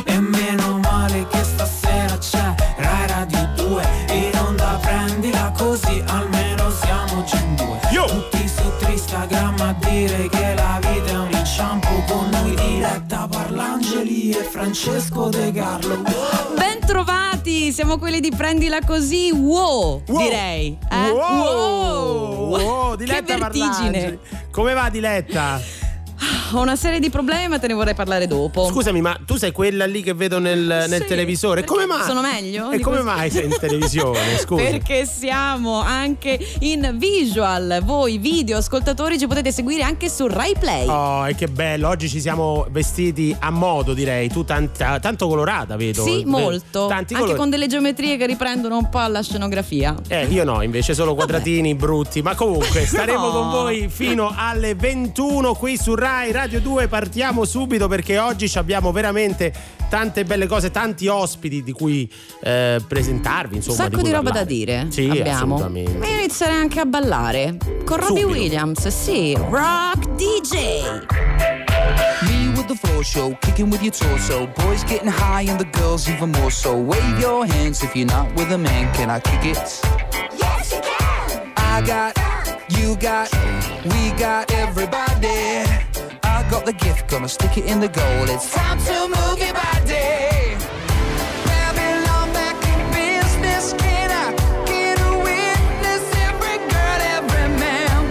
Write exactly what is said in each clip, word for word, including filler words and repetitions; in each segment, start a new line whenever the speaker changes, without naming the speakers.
E meno male che stasera c'è Rai Radio due. In onda prendila così, almeno siamo già in due.
Yo!
Tutti su Instagram a dire che la vita è un inciampo. Con noi Diletta Parlangeli e Francesco De Carlo.
Ben trovati, siamo quelli di Prendila Così, wow,
wow.
direi eh?
Wow,
wow.
wow. Diletta
che vertigine.
Parlangeli. Come va, Diletta?
Ho una serie di problemi, ma te ne vorrei parlare dopo.
Scusami, ma tu sei quella lì che vedo nel, nel
Sì,
televisore? Come mai?
Sono meglio?
E
di
come
così?
mai sei in televisione? Scusa.
Perché siamo anche in visual. Voi video ascoltatori ci potete seguire anche su Rai Play.
Oh, e che bello, oggi ci siamo vestiti a modo, direi. Tu tanta, tanto colorata, vedo.
Sì, molto.
Tanti
anche
colori.
con delle geometrie che riprendono un po' alla scenografia.
Eh, io no, invece solo quadratini
Vabbè.
brutti. Ma comunque staremo
No.
con voi fino alle ventuno qui su Rai Radio due. Partiamo subito perché oggi abbiamo veramente tante belle cose, tanti ospiti di cui eh, presentarvi, insomma.
Un sacco
di,
di roba
parlare.
da dire.
Sì,
abbiamo.
assolutamente.
Ma io inizierei anche a ballare con Robbie
Subito.
Williams, sì, Rock D J.
Me with the floor show, kicking with your torso. Boys getting high and the girls even more so. Wave your hands if you're not with a man. Can I kick it?
Yes, you can.
I got, you got, we got everybody. I got the gift, gonna stick it in the goal. It's time to move your body. Babylon back in business. Can I get a witness? Every girl, every man.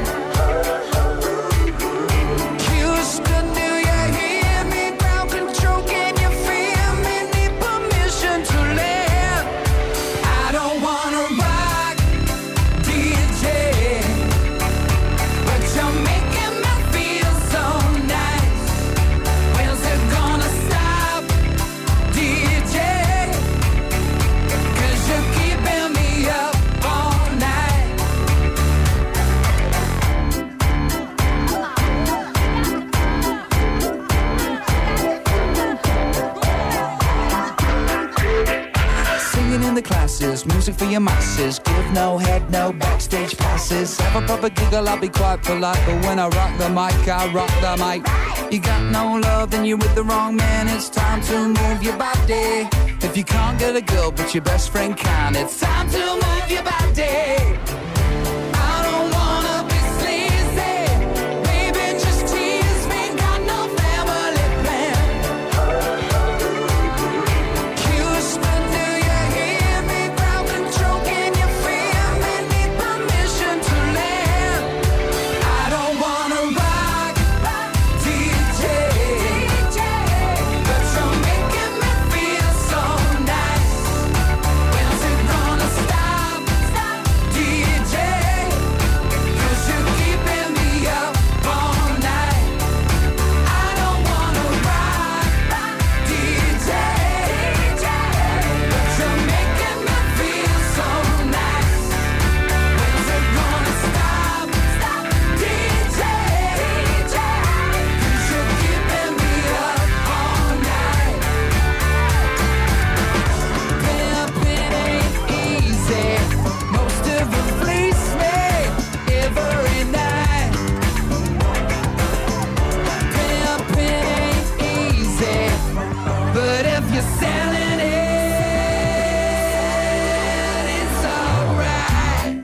Houston, do you hear me? Ground control, can you feel me? Need permission to land. I don't wanna rock, D J, but you're making me feel so nice. When's it gonna stop, D J? 'Cause you're keeping me up all night. Singing in the classes, music for your masses. Give no head, no backstage passes. Have a proper giggle, I'll be quite polite. But when I rock the mic, I rock the mic. You got no love, then you're with the wrong man. It's time to move your body. If you can't get a girl, but your best friend can, it's time to move your body. I don't wanna be sleazy. Baby, just tease me. Got no family plan. Houston, do you hear me? Ground control, can you feel me? Need permission to land. I don't wanna rock, D J, but you're making me feel so nice. When's it gonna stop, D J? 'Cause you're keeping me up all night. I don't wanna rock, D J, but you're making me feel so nice. When's it gonna stop, D J? 'Cause you're keeping me up all night. Pimping ain't easy. Most of them fleece me every night. Pimping ain't easy, but if you're selling it, it's alright.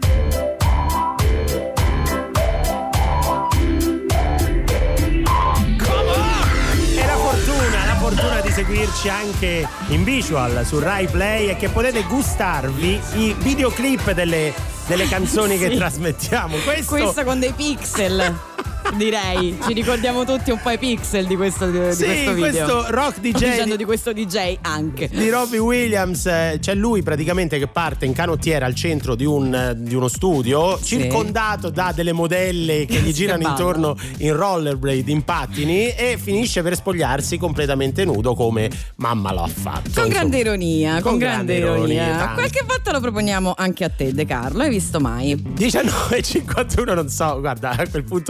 E la fortuna, la fortuna di seguirci anche in visual su Rai Play e che potete gustarvi i videoclip delle, delle canzoni
Sì.
che trasmettiamo. Questo,
Questo con dei pixel. Direi, ci ricordiamo tutti un po' i pixel di questo, di
sì,
questo video.
questo rock D J
Sto dicendo
di,
di questo D J anche.
di Robbie Williams. eh, C'è lui praticamente che parte in canottiera al centro di, un, di uno studio,
Sì.
circondato da delle modelle che gli girano
Che
intorno in rollerblade, in pattini, e finisce per spogliarsi completamente nudo come mamma lo ha fatto.
Con
insomma.
grande ironia, con,
Con
grande,
grande
ironia.
ironia, tanto.
Qualche volta lo proponiamo anche a te, De Carlo, hai visto mai?
diciannove e cinquantuno, non so, guarda, a quel punto roviniamo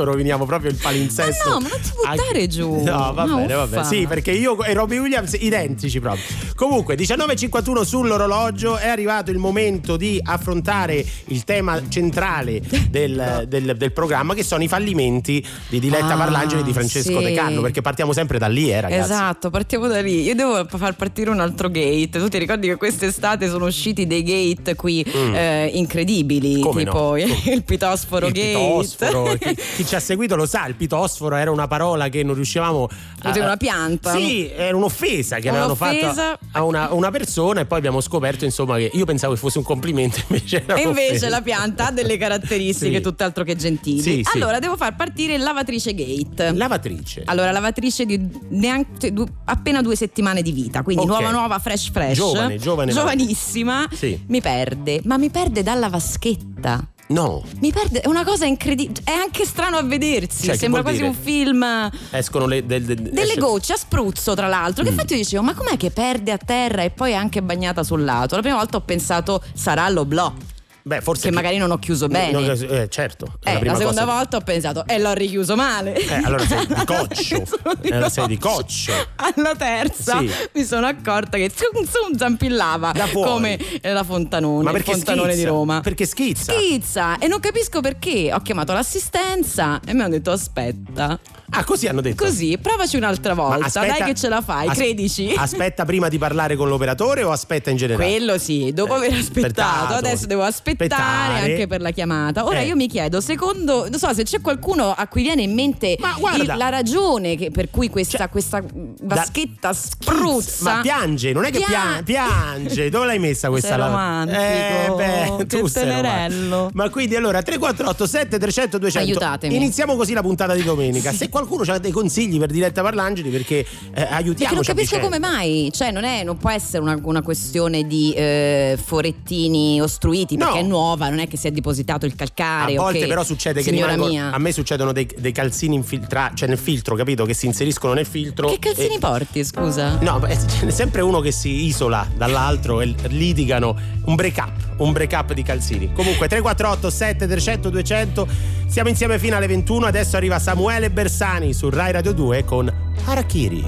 proprio il palinsesto.
Ma no, ma non ti buttare giù.
No, va
Ma
bene, va
uffa.
bene. Sì, perché io e Robbie Williams identici proprio. Comunque, diciannove e cinquantuno sull'orologio, è arrivato il momento di affrontare il tema centrale del, del, del programma, che sono i fallimenti di Diletta
Ah,
Parlangeli e di Francesco
sì.
De Carlo, perché partiamo sempre da lì, eh, ragazzi.
Esatto, partiamo da lì. Io devo far partire un altro gate. Tu ti ricordi che quest'estate sono usciti dei gate qui
Mm.
eh, incredibili,
Come
tipo
no?
il pitosforo
Il
gate.
pitosforo, chi, chi ci ha seguito lo sa, il pitosforo era una parola che non riuscivamo a...
Cos'è, una pianta?
Sì, era un'offesa che avevano
Un'offesa.
fatto a una, una persona, e poi abbiamo scoperto insomma che io pensavo che fosse un complimento, invece era
E invece
un'offesa.
la pianta ha delle caratteristiche
Sì.
tutt'altro che gentili.
Sì, sì.
Allora devo far partire il lavatrice gate.
Lavatrice.
Allora, lavatrice di neanche du- appena due settimane di vita, quindi
Ok.
nuova nuova, fresh fresh,
Giovane, giovane
giovanissima.
Sì.
Mi perde, ma mi perde dalla vaschetta.
No,
Mi perde, è una cosa incredibile. È anche strano a vedersi.
Cioè, che
Sembra
vuol
quasi
dire?
un film.
escono le, del- del-
Delle
esce-
gocce a spruzzo, tra l'altro. Che
Mm.
infatti io dicevo: ma com'è che perde a terra e poi è anche bagnata sul lato? La prima volta ho pensato sarà l'oblò,
Beh, forse
che magari non ho chiuso bene.
No, eh, certo. è
Eh, la,
prima
seconda
cosa-
volta ho pensato e l'ho richiuso male.
Eh, allora sei di coccio.
Sono di
Eh, sei di
coccio.
coccio.
Alla terza
Sì.
mi sono accorta che zum, zum, zampillava
Da fuori.
come eh, la Fontanone,
Ma
il
perché
Fontanone
schizza?
di Roma.
Perché schizza?
Schizza e non capisco perché. Ho chiamato l'assistenza e mi hanno detto aspetta.
Ah, così hanno detto.
Così, provaci un'altra
Ma
volta,
aspetta-
dai che ce la fai,
as-
credici.
Aspetta prima di parlare con l'operatore o aspetta in generale?
Quello sì, dopo aver aspettato,
aspettato.
adesso devo aspettare
Aspettare.
anche per la chiamata. Ora
Eh.
io mi chiedo, secondo, non so se c'è qualcuno a cui viene in mente
Ma guarda.
il- la ragione che- per cui questa,
Cioè,
questa vaschetta spruzza.
Ma piange, non è che
Pia-
pian- piange. Dove l'hai messa questa
Sei
lava-
romantico,
Eh, beh,
che
tu sei
tenerello.
romantico. Ma quindi allora tre quattro otto sette tre zero zero due zero zero.
Aiutatemi.
Iniziamo così la puntata di domenica. Se qualcuno ha dei consigli per Diletta Parlangeli, perché eh,
Perché non
aiutiamoci a
capisco
vicenda.
come mai, cioè non, è, non può essere una, una questione di eh, forettini ostruiti,
No.
perché è nuova, non è che si è depositato il calcare.
A
o
volte
che-
però succede che
signora
rimangono,
mia.
a me succedono dei, dei calzini infiltrati, cioè nel filtro, capito? Che si inseriscono nel filtro.
Che calzini
e-
porti, scusa?
No, beh, ce n'è sempre uno che si isola dall'altro e litigano. Un break up, un break up di calzini. Comunque tre quattro otto sette tre zero zero due zero zero. Siamo insieme fino alle ventuno. Adesso arriva Samuele Bersani su Rai Radio due con Harakiri.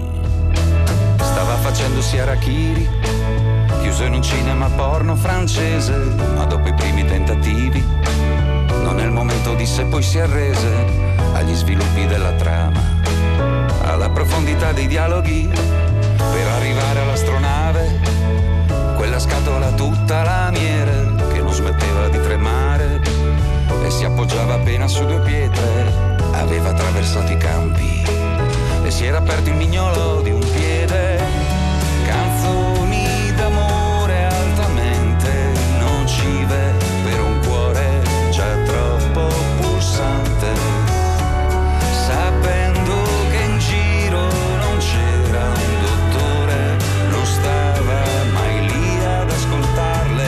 Stava facendosi Harakiri, chiuso in un cinema porno francese, ma dopo i primi tentativi non è il momento, disse, poi si arrese agli sviluppi della trama, alla profondità dei dialoghi, per arrivare all'astronave, quella scatola tutta lamiere che non smetteva di tremare e si appoggiava appena su due pietre, aveva attraversato i campi e si era aperto il mignolo di un piede. Canzoni d'amore altamente nocive per un cuore già troppo pulsante, sapendo che in giro non c'era un dottore, non stava mai lì ad ascoltarle.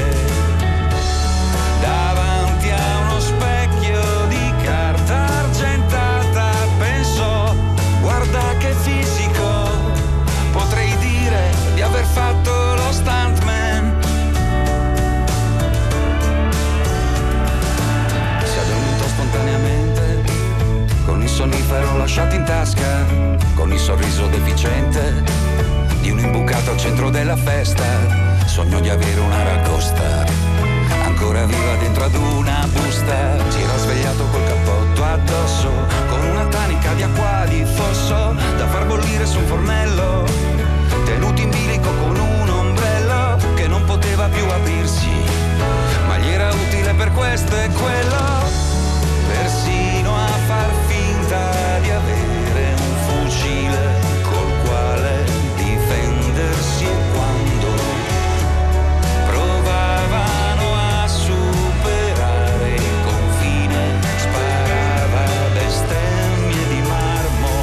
Davanti a uno specchio di carta argentata pensò: guarda che fisico, potrei dire di aver fatto lo stuntman. Si è addormentò spontaneamente, con il sonnifero lasciato in tasca, con il sorriso deficiente di un imbucato al centro della festa. Sognò di avere una ragosta ancora viva dentro ad una busta. Si era svegliato col cappotto addosso, con una tanica di acqua di fosso da far bollire su un fornello, tenuto in bilico con un ombrello che non poteva più aprirsi, ma gli era utile per questo e quello, persino a far finta di avere un fucile col quale difendersi, e quando provavano a superare il confine sparava bestemmie di marmo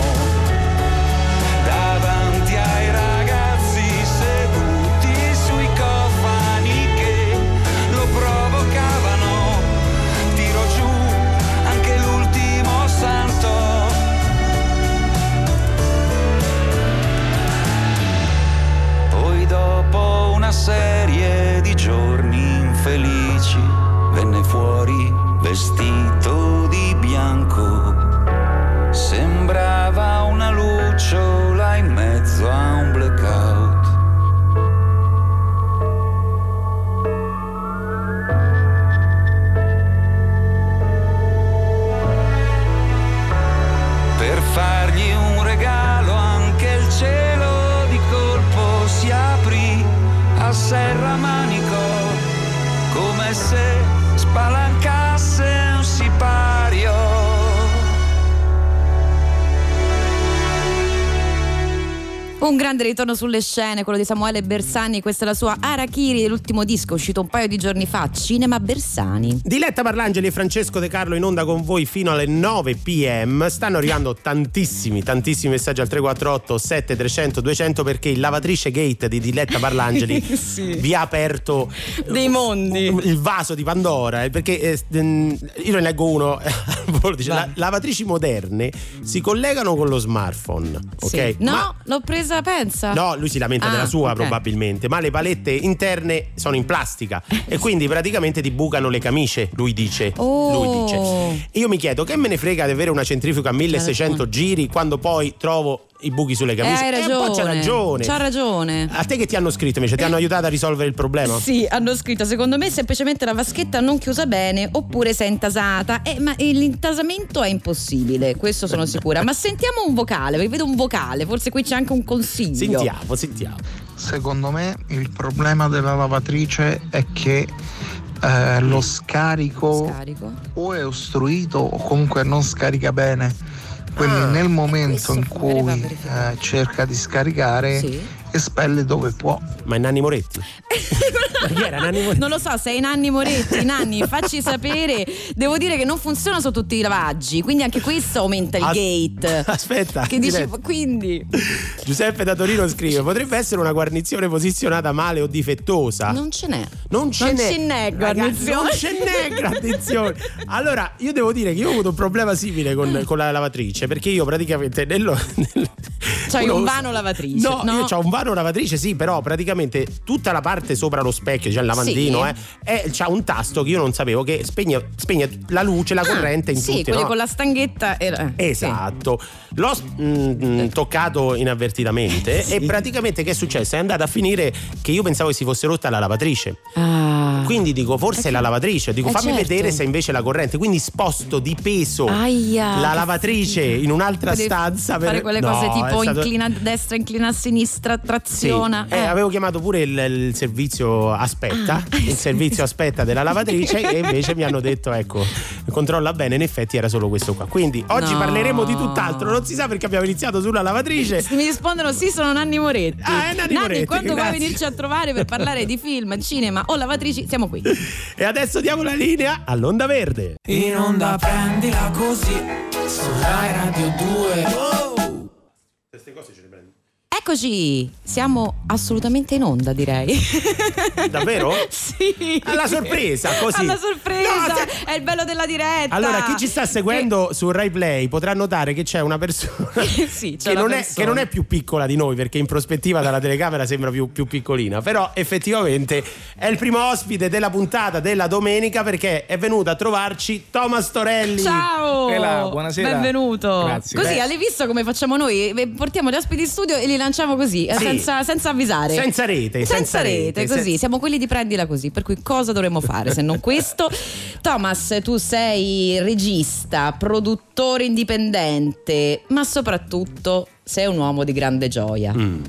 davanti ai ragazzi seduti sui cofani che lo provocavano. Tirò giù anche l'ultimo santo. Poi dopo una serie di giorni infelici venne fuori vestito di bianco mezzo a un blackout. Per fargli un regalo anche il cielo di colpo si aprì a serramanico, come se spalancasse un sipario.
Un grande ritorno sulle scene, quello di Samuele Bersani. Questa è la sua Harakiri, l'ultimo disco uscito un paio di giorni fa, Cinema Bersani.
Diletta Parlangeli e Francesco De Carlo in onda con voi fino alle nove p m. Stanno arrivando tantissimi, tantissimi messaggi al tre quattro otto sette trecento duecento perché il lavatrice gate di Diletta Parlangeli
sì.
vi ha aperto
dei mondi,
il vaso di Pandora, perché eh, io ne leggo uno dice, la, lavatrici moderne si collegano con lo smartphone, ok?
Sì. No,
Ma,
l'ho presa, pensa.
no, lui si lamenta
Ah,
della sua
ok.
probabilmente, ma le palette interne sono in plastica e quindi praticamente ti bucano le camicie, lui dice.
Oh.
Lui dice. E io mi chiedo, che me ne frega di avere una centrifuga a milleseicento giri quando poi trovo i buchi sulle
Eh,
camicie?
hai
Eh, un po' c'ha
ragione.
ragione.
C'ha ragione.
A te che ti hanno scritto invece? Ti hanno aiutato a risolvere il problema?
Sì, hanno scritto secondo me semplicemente la vaschetta non chiusa bene oppure se è intasata. Eh, ma l'intasamento è impossibile, questo sono sicura. Ma sentiamo un vocale, vi vedo un vocale, forse qui c'è anche un consiglio.
Sentiamo, sentiamo.
Secondo me il problema della lavatrice è che eh, lo scarico,
Scarico.
o è ostruito o comunque non scarica bene. Quindi
Ah,
nel momento
questo
in
magari va
cui
verificato.
eh, cerca di scaricare
Sì.
espelle dove può.
Ma è Nanni Moretti? Chi era Nanni Moretti?
Non lo so, sei Nanni Moretti, Nanni, facci sapere. Devo dire che non funziona su tutti i lavaggi, quindi anche questo aumenta il
As-
gate.
Aspetta,
Che dici,
Diletta.
quindi
Giuseppe da Torino scrive: potrebbe essere una guarnizione posizionata male o difettosa.
non ce n'è.
Non ce
Non
n'è,
ce n'è
Ragazzi,
guarnizione.
non ce n'è guarnizione. Allora, io devo dire che io ho avuto un problema simile con, con la lavatrice, perché io praticamente nello, nel,
C'hai
uno-
un vano lavatrice,
No,
no?
io ho un vano lavatrice, sì, però praticamente tutta la parte sopra lo specchio, cioè il lavandino,
Sì.
eh, è- c'ha un tasto che io non sapevo che spegne, spegne la luce, la corrente in
sì,
tutti,
quelli
no?
con la stanghetta. era-
Esatto, l'ho mm, toccato inavvertitamente e praticamente che è successo? È andata a finire che io pensavo che si fosse rotta la lavatrice.
Sì. Ah.
Quindi dico, forse è la lavatrice. Dico,
Eh,
fammi
certo.
vedere se invece è la corrente. Quindi sposto di peso
Aia,
la
che
lavatrice
fatica.
in un'altra
Devi
stanza per
fare quelle
No,
cose
è
tipo
stato-
inclina a destra, inclina a sinistra,
Sì.
traziona.
Eh, avevo chiamato pure il, il servizio aspetta,
Ah,
il
sì.
servizio aspetta della lavatrice e invece mi hanno detto, ecco, controlla bene, in effetti era solo questo qua. Quindi oggi
No.
parleremo di tutt'altro, non si sa perché abbiamo iniziato sulla lavatrice.
Mi rispondono sì, sono Nanni Moretti.
Ah, è Nanni Moretti,
quando vuoi
grazie.
venirci a trovare per parlare di film, cinema o lavatrici, siamo qui.
E adesso diamo la linea all'Onda Verde.
In onda prendila così, su Rai Radio due.
Queste cose ce le prendi.
Eccoci, siamo assolutamente in onda, direi.
Davvero?
Sì.
Alla sorpresa, così.
Alla sorpresa,
No, se-
è il bello della diretta.
Allora, chi ci sta seguendo su Rai Play potrà notare che c'è una persona
Sì, c'è
che,
una
non è,
persona.
che non è più piccola di noi, perché in prospettiva dalla telecamera sembra più, più piccolina, però effettivamente è il primo ospite della puntata della domenica, perché è venuto a trovarci Thomas Torelli.
Ciao,
Ela, buonasera.
benvenuto.
Grazie.
Così,
Beh.
hai visto come facciamo noi? Portiamo gli ospiti in studio e li lanciamo così, eh,
Sì.
senza, senza avvisare.
Senza rete,
Senza,
senza
rete,
rete,
così.
sen-
Siamo quelli di prendila così. Per cui cosa dovremmo fare se non questo? Thomas, tu sei regista, produttore indipendente, ma soprattutto sei un uomo di grande gioia.
Mm.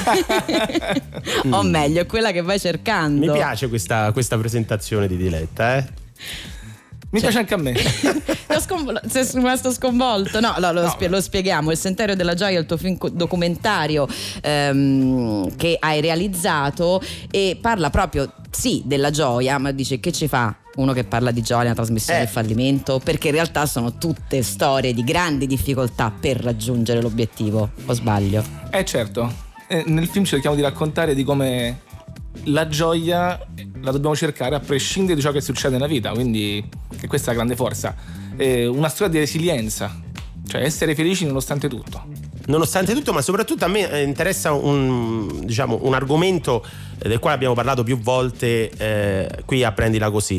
O meglio, è quella che vai cercando.
Mi piace questa, questa presentazione di Diletta, eh?
Mi piace anche a me.
Lo scon- sei rimasto sconvolto? No, no, lo, spie- lo spieghiamo. Il Sentiero della Gioia è il tuo film co- documentario ehm, che hai realizzato e parla proprio, sì, della gioia, ma dice che ci fa uno che parla di gioia, una trasmissione
Eh.
di fallimento, perché in realtà sono tutte storie di grandi difficoltà per raggiungere l'obiettivo, o sbaglio?
Eh certo, eh, nel film cerchiamo di raccontare di come la gioia la dobbiamo cercare a prescindere di ciò che succede nella vita, quindi che questa è la grande forza. Eh, una storia di resilienza, cioè essere felici nonostante tutto.
Nonostante tutto, ma soprattutto a me eh, interessa un, diciamo, un argomento eh, del quale abbiamo parlato più volte eh, qui a Prendila Così,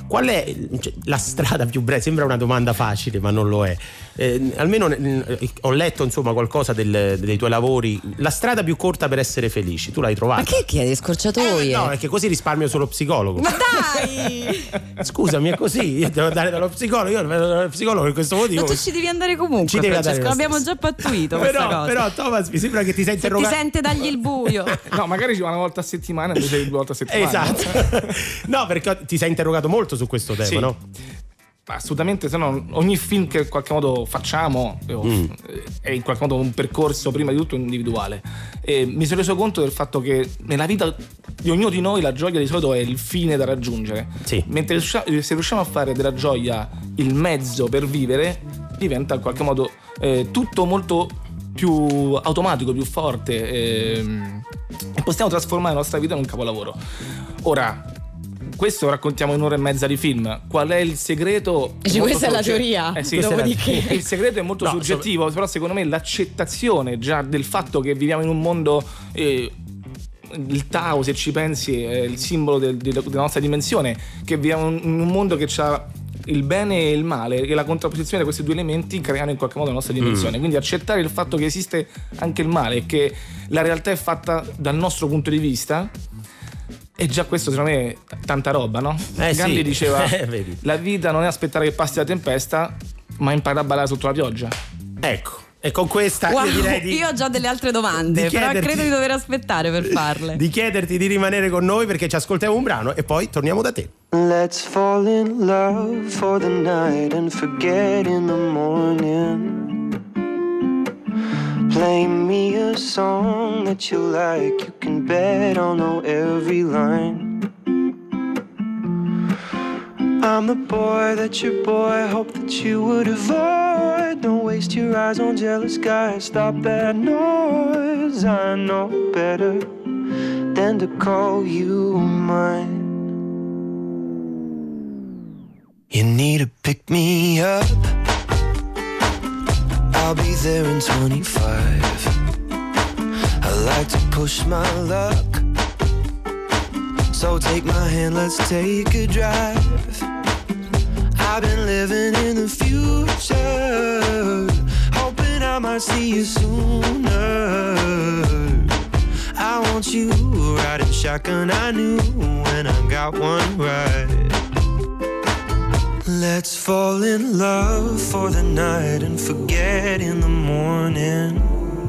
qual è cioè, la strada più breve? Sembra una domanda facile, ma non lo è. Eh, almeno eh, ho letto insomma qualcosa del, dei tuoi lavori. La strada più corta per essere felici, tu l'hai trovata?
Ma che chiedi, scorciatoie?
Eh, no, perché così risparmio solo psicologo.
Ma dai!
Scusami, è così. Io devo andare dallo psicologo. Io vado dallo psicologo per questo motivo.
Ma tu ci devi andare comunque,
Ci devi
Francesco,
andare
l'abbiamo già pattuito questa
però,
cosa.
però, Thomas, mi sembra che ti sei
Se ti
interrogato.
sente dargli il buio.
No, magari ci va una volta a settimana invece di due volte a settimana.
Esatto. No, perché ti sei interrogato molto su questo tema,
Sì.
no?
Assolutamente, se no ogni film che in qualche modo facciamo
Mm.
è in qualche modo un percorso prima di tutto individuale. E mi sono reso conto del fatto che nella vita di ognuno di noi la gioia di solito è il fine da raggiungere.
Sì.
Mentre riuscia- se riusciamo a fare della gioia il mezzo per vivere, diventa in qualche modo eh, tutto molto più automatico, più forte, ehm, e possiamo trasformare la nostra vita in un capolavoro. Ora, questo raccontiamo in un'ora e mezza di film. Qual è il segreto?
Dici,
Molto
questa è la
sogge-
teoria.
Eh sì,
Questa è la-
Dopodiché.
il segreto è molto
No,
soggettivo, però secondo me l'accettazione già del fatto che viviamo in un mondo, eh, il Tao, se ci pensi, è il simbolo del- del- della nostra dimensione, che viviamo in un mondo che ha il bene e il male, e la contrapposizione di questi due elementi creano in qualche modo la nostra dimensione.
Mm.
Quindi accettare il fatto che esiste anche il male e che la realtà è fatta dal nostro punto di vista. E già questo secondo me è tanta roba, no?
Eh,
Gandhi
sì.
diceva
Eh, vedi.
la vita non è aspettare che passi la tempesta, ma imparare a ballare sotto la pioggia.
Ecco, e con questa
Wow,
io direi di,
io ho già delle altre domande,
di
però
chiederti-
credo di dover aspettare per farle.
di chiederti di rimanere con noi perché ci ascoltiamo un brano e poi torniamo da te.
Let's fall in love for the night and forget in the morning. Play me a song that you like, you can bet I'll know every line. I'm the boy that your boy hoped that you would avoid. Don't waste your eyes on jealous guys, stop that noise. I know better than to call you mine. You need to pick me up, I'll be there in twenty-five. I like to push my luck, so take my hand, let's take a drive. I've been living in the future, hoping I might see you sooner. I want you riding shotgun, I knew when I got one right. Let's fall in love for the night and forget in the morning.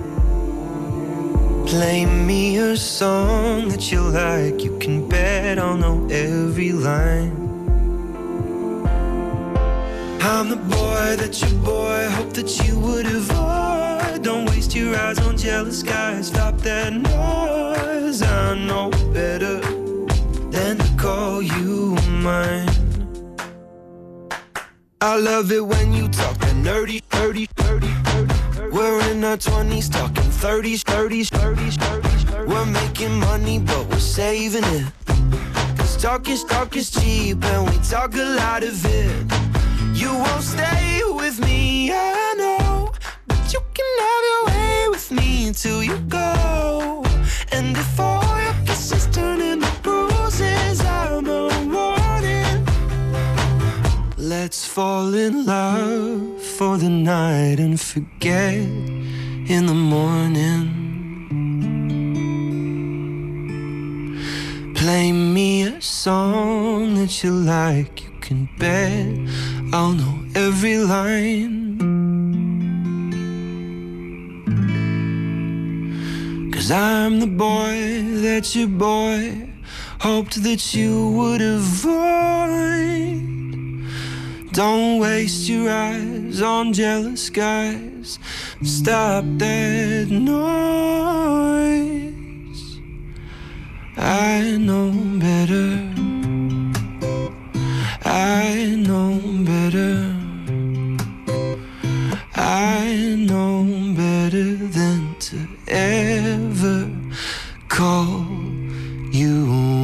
Play me a song that you like, you can bet I'll know every line. I'm the boy that your boy hoped that you would avoid. Don't waste your eyes on jealous guys, stop that noise. I know better than to call you mine. I love it when you talk that nerdy, nerdy, nerdy, nerdy. We're in our twenties, talking thirties, thirties, thirties, thirties. We're making money, but we're saving it. Cause talk is, talk is cheap, and we talk a lot of it. You won't stay with me, I know, but you can have your way with me until you go. And if all your kisses turn into bruises, I'm a warning. Let's fall in love for the night and forget in the morning. Play me a song that you like, you can bet I'll know every line. Cause I'm the boy that your boy hoped that you would avoid. Don't waste your eyes on jealous guys, stop that noise. I know better, I know better, I know better than to ever call you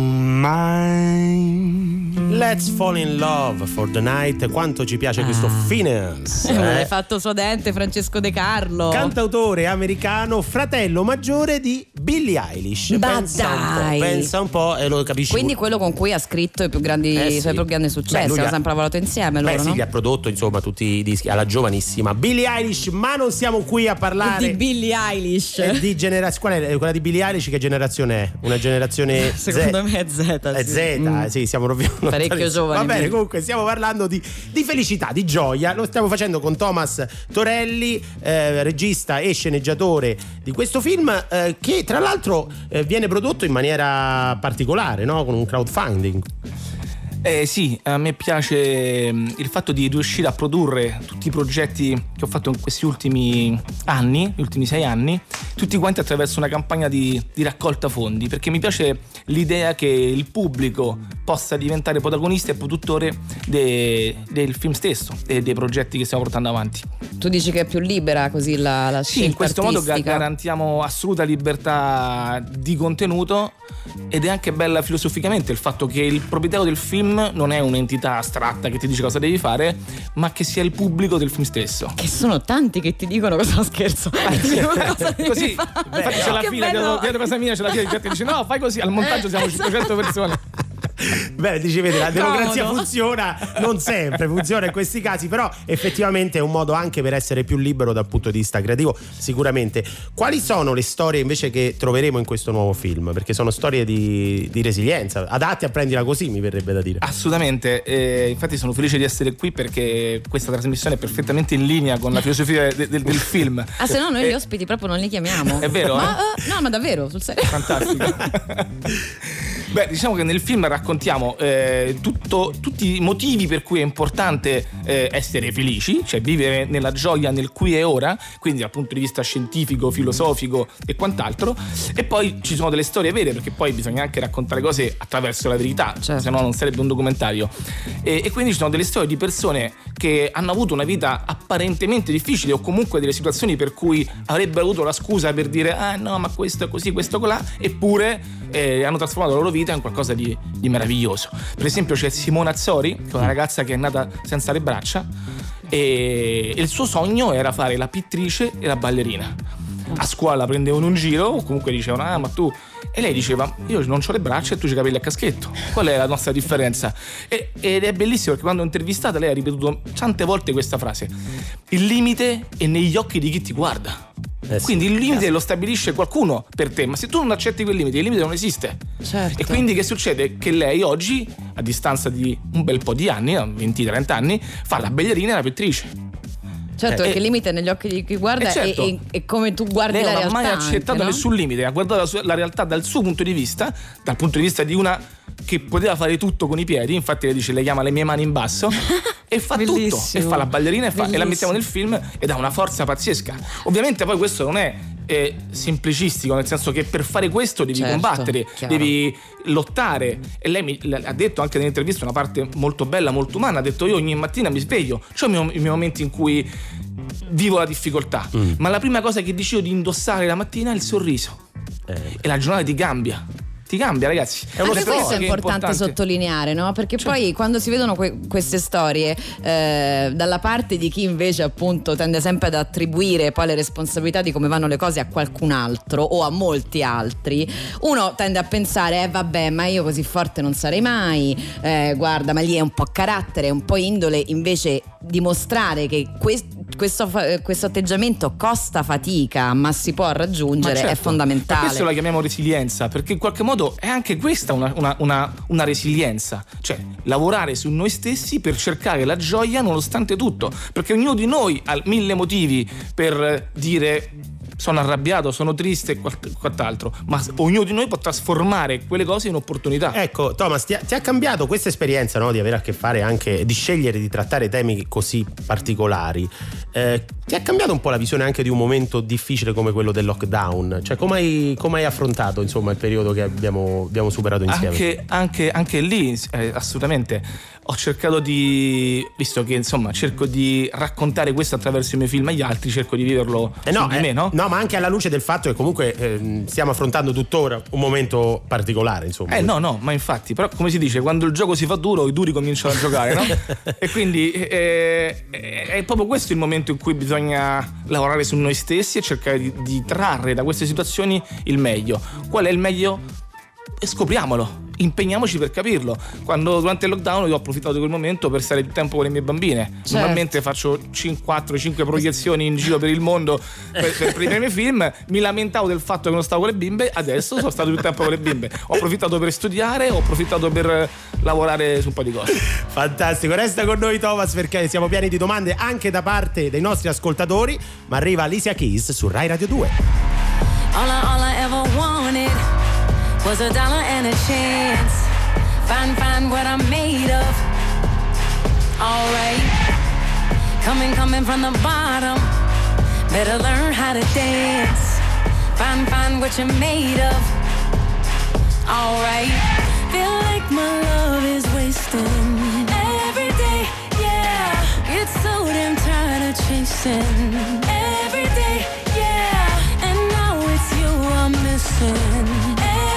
mine.
Let's fall in love for the night. Quanto ci piace questo Phineas,
Non
eh?
l'hai fatto suadente Francesco De Carlo.
Cantautore americano, fratello maggiore di Billie Eilish.
Ma
pensa un
dai.
po', pensa un po' e lo capisci.
Quindi quello con cui ha scritto i più grandi,
Eh
i
sì.
suoi più grandi
Beh,
successi,
lui
hanno
ha-
sempre lavorato insieme loro,
Beh sì,
no?
gli ha prodotto insomma tutti i dischi alla giovanissima Billie Eilish, ma non siamo qui a parlare
Di Billie Eilish.
eh, di generazione. Qual è quella di Billie Eilish? Che generazione è? Una generazione
Secondo
Z.
me è Z.
È
sì.
Z,
Mm.
sì, siamo proprio
Parecchio
lontanissimi.
giovane,
Va bene,
quindi.
comunque stiamo parlando di, di felicità, di gioia. Lo stiamo facendo con Thomas Torelli, eh, regista e sceneggiatore di questo film, eh, che tra l'altro eh, viene prodotto in maniera particolare, no? Con un crowdfunding.
Eh sì, a me piace mm, il fatto di riuscire a produrre tutti i progetti che ho fatto in questi ultimi anni, gli ultimi sei anni, tutti quanti attraverso una campagna di, di raccolta fondi, perché mi piace l'idea che il pubblico possa diventare protagonista e produttore de- del film stesso e dei progetti che stiamo portando avanti.
Tu dici che è più libera così la, la
Sì,
scelta
in questo modo ga-
artistica?
garantiamo assoluta libertà di contenuto, ed è anche bella filosoficamente il fatto che il proprietario del film non è un'entità astratta che ti dice cosa devi fare, ma che sia il pubblico del film stesso.
Che sono tanti che ti dicono cosa scherzo. Ti dicono cosa devi
Così,
fare.
infatti c'è la
Che
fila
bello.
dietro, dietro casa mia, c'è la fila di gente che dice no, fai così, al montaggio siamo cinquecento persone.
Beh, dici, vedi, la democrazia
Comodo.
funziona, non sempre funziona in questi casi, però effettivamente è un modo anche per essere più libero dal punto di vista creativo, sicuramente. Quali sono le storie invece che troveremo in questo nuovo film? Perché sono storie di, di resilienza, adatti a prendila così, mi verrebbe da dire.
Assolutamente, eh, infatti sono felice di essere qui perché questa trasmissione è perfettamente in linea con la filosofia de- de- del film.
Ah, se no noi
Eh,
gli ospiti proprio non li chiamiamo.
È vero,
Ma,
eh?
eh, no, ma davvero, sul serio.
Fantastico. Beh, diciamo che nel film raccontiamo eh, tutto, tutti i motivi per cui è importante eh, essere felici, cioè vivere nella gioia nel qui e ora, quindi dal punto di vista scientifico, filosofico e quant'altro. E poi ci sono delle storie vere, perché poi bisogna anche raccontare cose attraverso la verità,
Certo.
se no non sarebbe un documentario. E, e quindi ci sono delle storie di persone che hanno avuto una vita apparentemente difficile, o comunque delle situazioni per cui avrebbero avuto la scusa per dire ah no, ma questo è così, questo colà, eppure eh, hanno trasformato la loro vita in qualcosa di, di meraviglioso. Per esempio c'è Simona Azzori, che è una ragazza che è nata senza le braccia, e il suo sogno era fare la pittrice e la ballerina. A scuola prendevano un giro, o comunque dicevano ah ma tu, e lei diceva io non ho le braccia e tu c'hai i capelli a caschetto, qual è la nostra differenza? E, ed è bellissimo perché quando ho intervistata lei ha ripetuto tante volte questa frase: il limite è negli occhi di chi ti guarda.
Eh sì.
Quindi il limite lo stabilisce qualcuno per te, ma se tu non accetti quel limite, il limite non esiste.
Certo.
E quindi che succede? Che lei oggi, a distanza di un bel po' di anni, venti trenta anni, fa la ballerina e la pittrice.
Certo,
Eh,
perché
eh,
il limite è negli occhi di chi guarda
eh, certo.
e, e- e come tu guardi
Lei
la
non ha
realtà.
mai
anche,
accettato
no?
nessun limite, ha guardato la, sua- la realtà dal suo punto di vista, dal punto di vista di una che poteva fare tutto con i piedi. Infatti lei dice le chiama le mie mani in basso e fa tutto, e
Bellissimo.
fa la ballerina e, fa- e la
Bellissimo.
mettiamo nel film ed ha una forza pazzesca. Ovviamente poi questo non è eh, semplicistico, nel senso che per fare questo devi
Certo,
combattere,
chiaro.
devi lottare. E lei mi, ha detto anche nell'intervista una parte molto bella, molto umana, ha detto io ogni mattina mi sveglio, c'ho i miei, i miei momenti in cui vivo la difficoltà,
Mm.
ma la prima cosa che decido di indossare la mattina è il sorriso,
Eh,
e la giornata ti cambia. Ti cambia, ragazzi.
È uno
Anche
sport
questo è
che
importante, sottolineare, no? Perché poi quando si vedono que- queste storie eh, dalla parte di chi invece appunto tende sempre ad attribuire poi le responsabilità di come vanno le cose a qualcun altro o a molti altri, uno tende a pensare eh vabbè, ma io così forte non sarei mai, eh, guarda, ma lì è un po' carattere, è un po' indole. Invece dimostrare che que- questo, fa- questo atteggiamento costa fatica ma si può raggiungere
Ma certo,
è fondamentale.
per questo la chiamiamo resilienza, perché in qualche modo è anche questa una, una, una, una resilienza, cioè lavorare su noi stessi per cercare la gioia nonostante tutto, perché ognuno di noi ha mille motivi per dire sono arrabbiato, sono triste e quant- quant'altro, ma ognuno di noi può trasformare quelle cose in opportunità.
Ecco, Thomas, ti ha, ti ha cambiato questa esperienza, no? Di avere a che fare anche, di scegliere di trattare temi così particolari. Eh, ti ha cambiato un po' la visione anche di un momento difficile come quello del lockdown? Cioè, come hai, come hai affrontato insomma il periodo che abbiamo, abbiamo superato insieme?
Anche, anche, anche lì, eh, assolutamente. Ho cercato di, visto che insomma cerco di raccontare questo attraverso i miei film agli altri, cerco di viverlo
Eh no,
su di
eh,
me, no?
no, ma anche alla luce del fatto che comunque eh, stiamo affrontando tuttora un momento particolare, insomma.
Eh no, no, ma infatti, però come si dice, quando il gioco si fa duro, i duri cominciano a giocare, no? E quindi eh, è proprio questo il momento momento in cui bisogna lavorare su noi stessi e cercare di, di trarre da queste situazioni il meglio. Qual è il meglio? E scopriamolo. Impegniamoci per capirlo. Quando durante il lockdown io ho approfittato di quel momento per stare più tempo con le mie bambine.
Certo.
Normalmente faccio quattro cinque proiezioni in giro per il mondo per, per, per i miei film. Mi lamentavo del fatto che non stavo con le bimbe, adesso sono stato più tempo con le bimbe. Ho approfittato per studiare, ho approfittato per lavorare su un po' di cose.
Fantastico, resta con noi Thomas perché siamo pieni di domande anche da parte dei nostri ascoltatori. Ma arriva Alicia Keys su Rai Radio due.
All I, all I ever wanted was a dollar and a chance. Find, find what I'm made of. Alright. Coming, coming from the bottom. Better learn how to dance. Find, find what you're made of. Alright. Feel like my love is wasting every day, yeah. Get so damn tired of chasing every day, yeah. And now it's you I'm missing.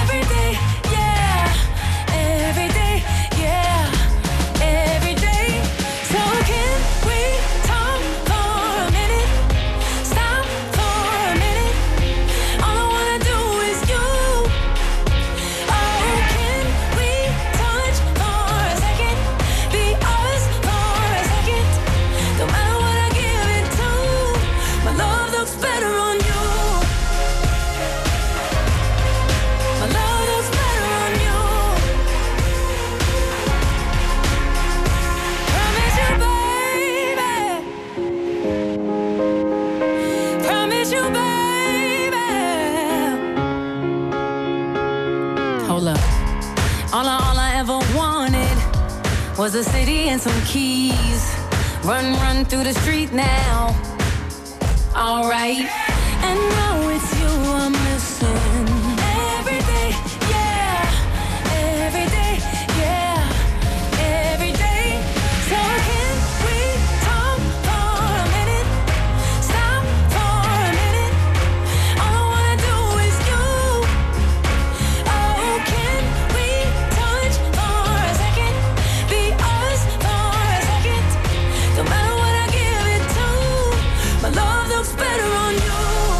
All I, all I ever wanted was a city and some keys. Run, run through the street now. Alright. And now it's you I'm missing. Every day, yeah. Every day, yeah. Every day. So can we talk for a minute? Stop for a minute. All I wanna do is you. Oh, can we touch for a second? Be us for a second. No matter what I give it to, my love looks better on you.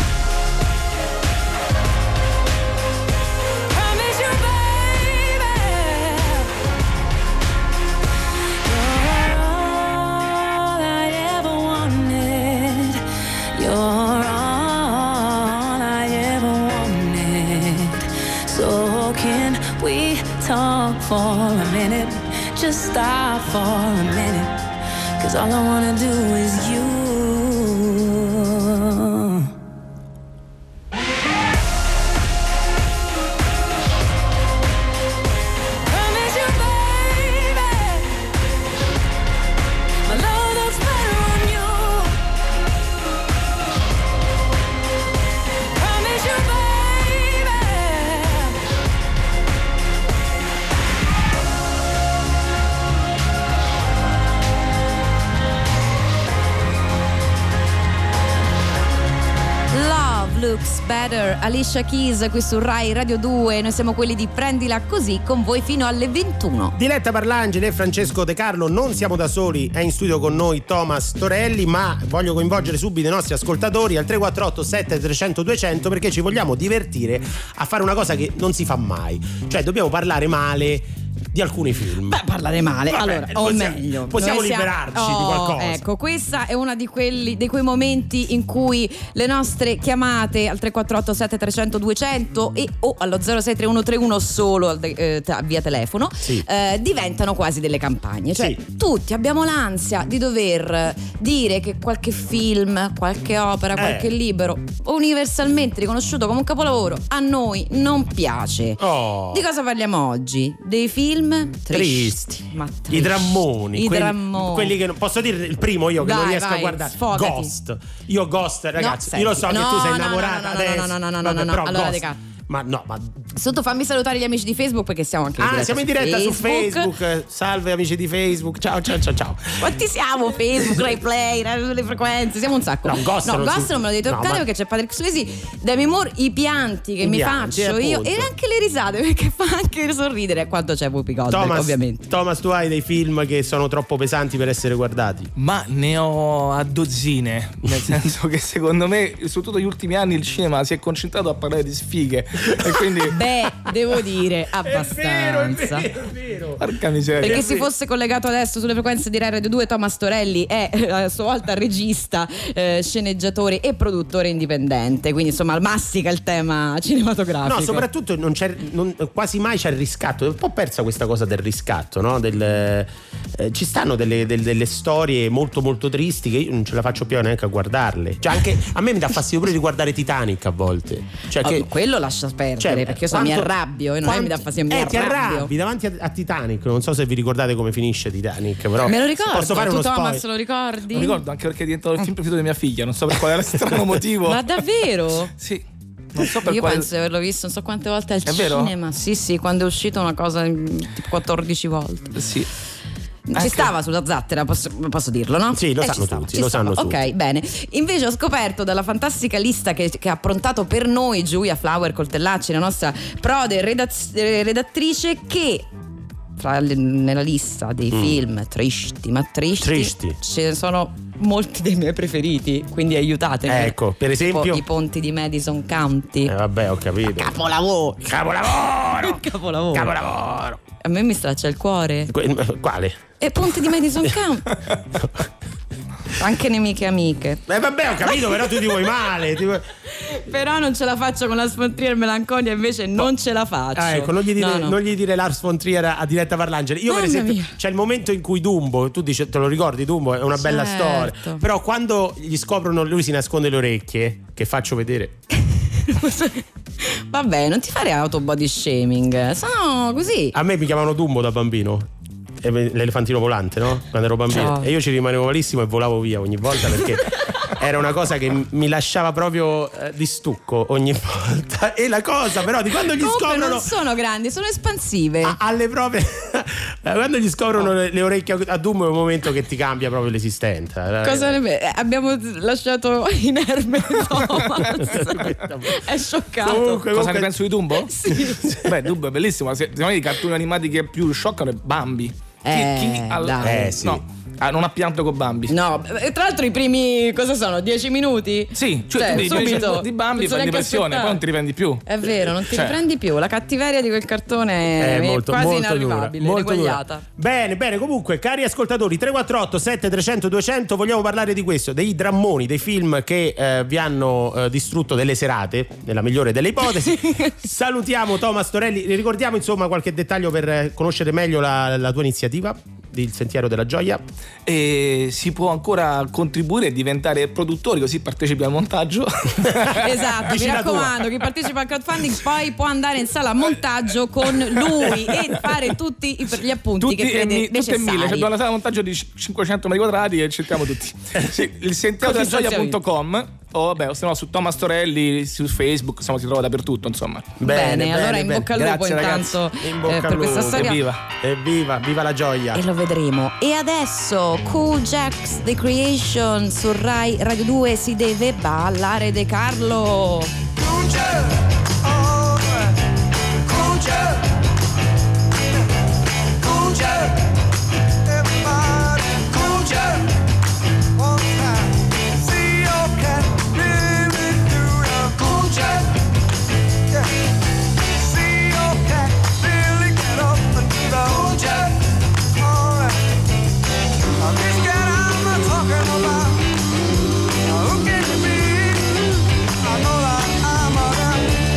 Promise you, baby, you're all I ever wanted. You're all I ever wanted. So can we talk for a minute? Just stop for a minute. 'Cause all I wanna do is you. Promise you, baby, my love looks better on you. Promise you, baby.
Love Looks Better, Alicia Keys qui su Rai Radio due. Noi siamo quelli di Prendila Così, con voi fino alle ventuno.
Diletta Parlangeli e Francesco De Carlo, non siamo da soli, è in studio con noi Thomas Torelli, ma voglio coinvolgere subito i nostri ascoltatori al tre quattro otto sette tre zero zero due zero zero perché ci vogliamo divertire a fare una cosa che non si fa mai, cioè dobbiamo parlare male di alcuni film.
Beh, parlare male.
Vabbè,
allora, o
possiamo-
meglio,
possiamo
noi siamo-
liberarci
Oh,
di qualcosa.
Ecco, questa è una di quelli di quei momenti in cui le nostre chiamate al tre quattro otto sette tre zero zero due zero zero e o allo zero sei tre uno tre uno solo al de- eh, t- via telefono
Sì.
eh, diventano quasi delle campagne. Cioè,
Sì.
tutti abbiamo l'ansia di dover dire che qualche film, qualche opera, qualche libro universalmente riconosciuto come un capolavoro a noi non piace.
Oh.
Di cosa parliamo oggi? Dei film tristi. Ma
I
tristi.
drammoni,
I
quelli,
drammoni.
quelli che non posso dire il primo io che
Dai,
non riesco
vai,
a guardare.
sfogati.
Ghost. Io Ghost, ragazzi,
No,
io lo so
senti,
che
no,
tu sei
no,
innamorata
no, no,
adesso.
no, no, no, no,
Vabbè,
no, no,
però
allora,
Ghost,
raga,
Ma no, ma
Sotto fammi salutare gli amici di Facebook perché siamo anche in
Ah,
diretta
siamo in
su
diretta su
Facebook.
Facebook. Salve amici di Facebook. Ciao ciao ciao ciao.
Quanti siamo? Facebook, Rai Play, le frequenze, siamo un sacco.
No, Ghost
no,
non
Ghost
si-
non me lo devi
no,
toccare
ma-
perché c'è Patrick Swayze, Demi Moore, i pianti che
I
mi
pianti,
faccio io
appunto.
e anche le risate perché fa anche sorridere quanto c'è Whoopi Goldberg,
Thomas,
ovviamente.
Thomas, tu hai dei film che sono troppo pesanti per essere guardati?
Ma ne ho a dozzine, nel senso che secondo me, soprattutto negli ultimi anni, il cinema si è concentrato a parlare di sfighe e quindi
Beh, devo dire abbastanza.
È vero, è vero, è vero.
porca miseria.
Perché si fosse collegato adesso sulle frequenze di Rai Radio due, Thomas Torelli è eh, a sua volta regista, eh, sceneggiatore e produttore indipendente, quindi insomma mastica il tema cinematografico.
No, soprattutto non c'è, non- quasi mai c'è il riscatto. È un po' persa questa cosa del riscatto, no? Del, eh, ci stanno delle, del- delle storie molto molto tristi che io non ce la faccio più neanche a guardarle. Cioè anche a me mi dà fastidio pure riguardare Titanic a volte. Cioè
Oh,
che,
quello lascia perdere
cioè,
perché io so, mi
quanto-
arrabbio e non è che mi dà
quanto-
fastidio, mi
eh, ti
arrabbio.
arrabbi davanti a, a Titanic. Non so se vi ricordate come finisce Titanic, però
Me lo ricordo,
posso fare
tu
uno
Thomas
spoiler.
lo ricordi?
Non ricordo anche perché è diventato il film preferito di mia figlia, non so per quale strano motivo.
Ma davvero?
Sì, non so per
Io
quale.
penso di averlo visto non so quante volte al
È vero?
cinema. Sì, sì, quando è uscito una cosa mm, tipo quattordici volte.
Sì.
Ci
Anche-
stava sulla zattera, posso, posso dirlo, no?
Sì, lo
Eh,
sanno
ci stava,
tutti,
ci
lo
stava.
sanno
Ok,
tutti.
bene. Invece ho scoperto dalla fantastica lista che, che ha approntato per noi Giulia Flower Coltellacci, la nostra prode redaz- eh, redattrice, che fra le- nella lista dei
Mm.
film tristi, ma tristi,
Tristi.
ce ne sono molti dei miei preferiti, quindi aiutatemi.
Ecco, per esempio-
Tipo i ponti di Madison County.
Eh, vabbè, ho capito.
Capolavoro!
Capolavoro!
Capolavoro!
Capolavoro!
A me mi straccia il cuore.
Que- Quale?
E ponti di Madison County. Anche nemiche e amiche.
Eh vabbè, ho capito, però tu ti vuoi male. Ti vuoi...
Però non ce la faccio con la Von Trier Melancolia, invece non ce la faccio.
Ah, ecco, non gli dire,
No, no.
non gli dire Lars von Trier a diretta Parlangeli. Io, per
Mamma
esempio,
mia.
c'è il momento in cui Dumbo, tu dici, te lo ricordi, Dumbo è una bella
Certo.
storia. Però quando gli scoprono, lui si nasconde le orecchie, che faccio vedere.
Vabbè, non ti fare auto body shaming. Sono così.
A me mi chiamavano Dumbo da bambino. E l'elefantino volante, no? Quando ero bambino.
Ciao.
E io ci rimanevo malissimo e volavo via ogni volta perché era una cosa che mi lasciava proprio eh, di stucco ogni volta. E la cosa però di quando gli
Comunque
scoprono
non sono grandi, sono espansive.
a- alle proprie quando gli scoprono le, le orecchie a Dumbo è un momento che ti cambia proprio l'esistenza.
Cosa ne eh, abbiamo lasciato inerme Thomas. È scioccato.
Comunque,
Cosa
comunque-
ne penso di Dumbo?
Sì.
Beh, Dumbo è bellissimo. Se, secondo me i cartoni animati che più scioccano è Bambi. Chi,
Eh,
chi al-
dai.
Eh, sì.
No, ah, non ha pianto con Bambi.
No, e tra l'altro i primi cosa sono? dieci minuti?
Sì, cioè,
Cioè,
tu dici,
subito.
di Bambi
Non so
fai
neanche
depressione,
aspettare.
poi non ti riprendi più.
È vero, non ti
Cioè.
riprendi più. La cattiveria di quel cartone è,
È molto,
quasi
molto
inarrivabile,
dura, molto
ineguagliata.
dura. Bene, bene, comunque, cari ascoltatori, tre quattro otto sette tre zero zero due zero zero, vogliamo parlare di questo, dei drammoni, dei film che eh, vi hanno eh, distrutto delle serate, nella migliore delle ipotesi. Salutiamo Thomas Torelli, ricordiamo insomma qualche dettaglio per eh, conoscere meglio la, la tua iniziativa, il Sentiero della Gioia.
E si può ancora contribuire e diventare produttori, così partecipi al montaggio.
Esatto, mi
Dici la
raccomando, chi partecipa al crowdfunding poi può andare in sala a montaggio con lui e fare tutti i- gli appunti
Tutti
che
e,
crede
mi, tutti e
necessari.
mille, cioè abbiamo una sala di montaggio di cinquecento metri quadrati e cerchiamo tutti. Sì, il sentiero della gioia punto com o vabbè, o se no su Thomas Torelli su Facebook, insomma si trova dappertutto, insomma.
Bene, allora in bocca al lupo
Grazie, ragazzi.
intanto
In bocca
eh,
al
per questa
lupo.
storia.
Evviva.
Evviva, viva la gioia.
E lo vedremo. E adesso Cool Jacks The Creation su Rai Radio due, si deve ballare De Carlo.
Who can you be? I know that I'm a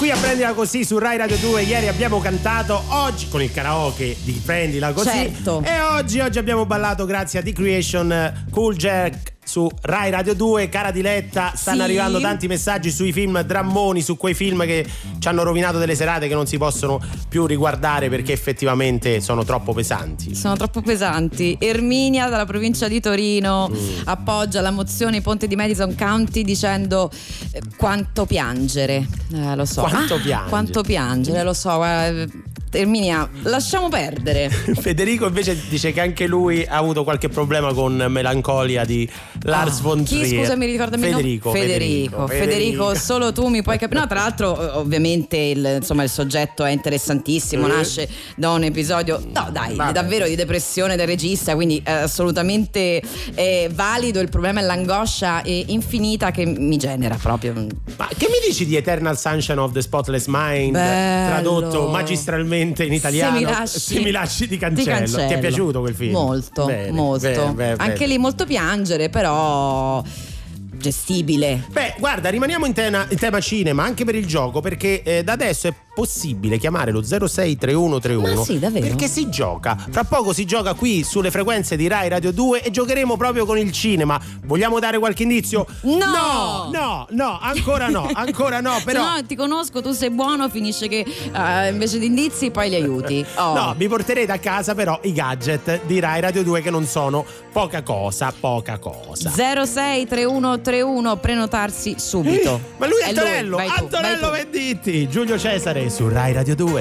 qui a Prendila Così su Rai Radio due. Ieri abbiamo cantato, oggi con il karaoke di Prendila Così,
certo.
E oggi, oggi abbiamo ballato grazie a The Creation, Cool Jack su Rai Radio due. Cara Diletta, stanno
Sì.
arrivando tanti messaggi sui film drammoni, su quei film che ci hanno rovinato delle serate che non si possono più riguardare perché effettivamente sono troppo pesanti.
Sono troppo pesanti. Erminia dalla provincia di Torino mm. appoggia la mozione Ponte di Madison County dicendo eh, quanto piangere. Eh, lo so.
Quanto
Ah,
piangere.
Quanto piangere, lo so. Guarda, Erminia, lasciamo perdere.
Federico invece dice che anche lui ha avuto qualche problema con Melancolia di Lars
Ah,
von
chi,
Trier.
scusami, ricordami il nome?
Federico,
Federico,
Federico,
Federico, solo tu mi puoi capire. No, tra l'altro, ovviamente, il, insomma, il soggetto è interessantissimo.
Mm.
Nasce da un episodio, no, dai,
Vabbè.
davvero di depressione del regista. Quindi, eh, assolutamente eh, valido. Il problema è l'angoscia eh, infinita che mi genera proprio.
Ma che mi dici di Eternal Sunshine of the Spotless Mind,
Bello.
tradotto magistralmente in italiano?
Se mi lasci,
Se mi lasci di cancello.
di cancello.
Ti è piaciuto quel film?
Molto,
Bene,
molto.
bene, bene,
Anche
bene.
lì molto piangere, però gestibile.
Beh, guarda, rimaniamo in tema, in tema cinema anche per il gioco, perché eh, da adesso è possibile chiamare lo zero sei tre uno tre uno.
Ma sì, davvero?
Perché si gioca. Fra poco si gioca qui sulle frequenze di Rai Radio due e giocheremo proprio con il cinema. Vogliamo dare qualche indizio?
No!
No, no, no, ancora no, ancora no, però.
No, ti conosco, tu sei buono, finisce che eh, invece di indizi poi li aiuti. Oh.
No, vi porterete a casa però i gadget di Rai Radio due che non sono poca cosa, poca cosa.
zero sei tre uno tre uno, prenotarsi subito.
Ma lui è
È
Antonello,
lui, vai tu,
Antonello
vai tu.
Venditti, Giulio Cesare su Rai Radio due.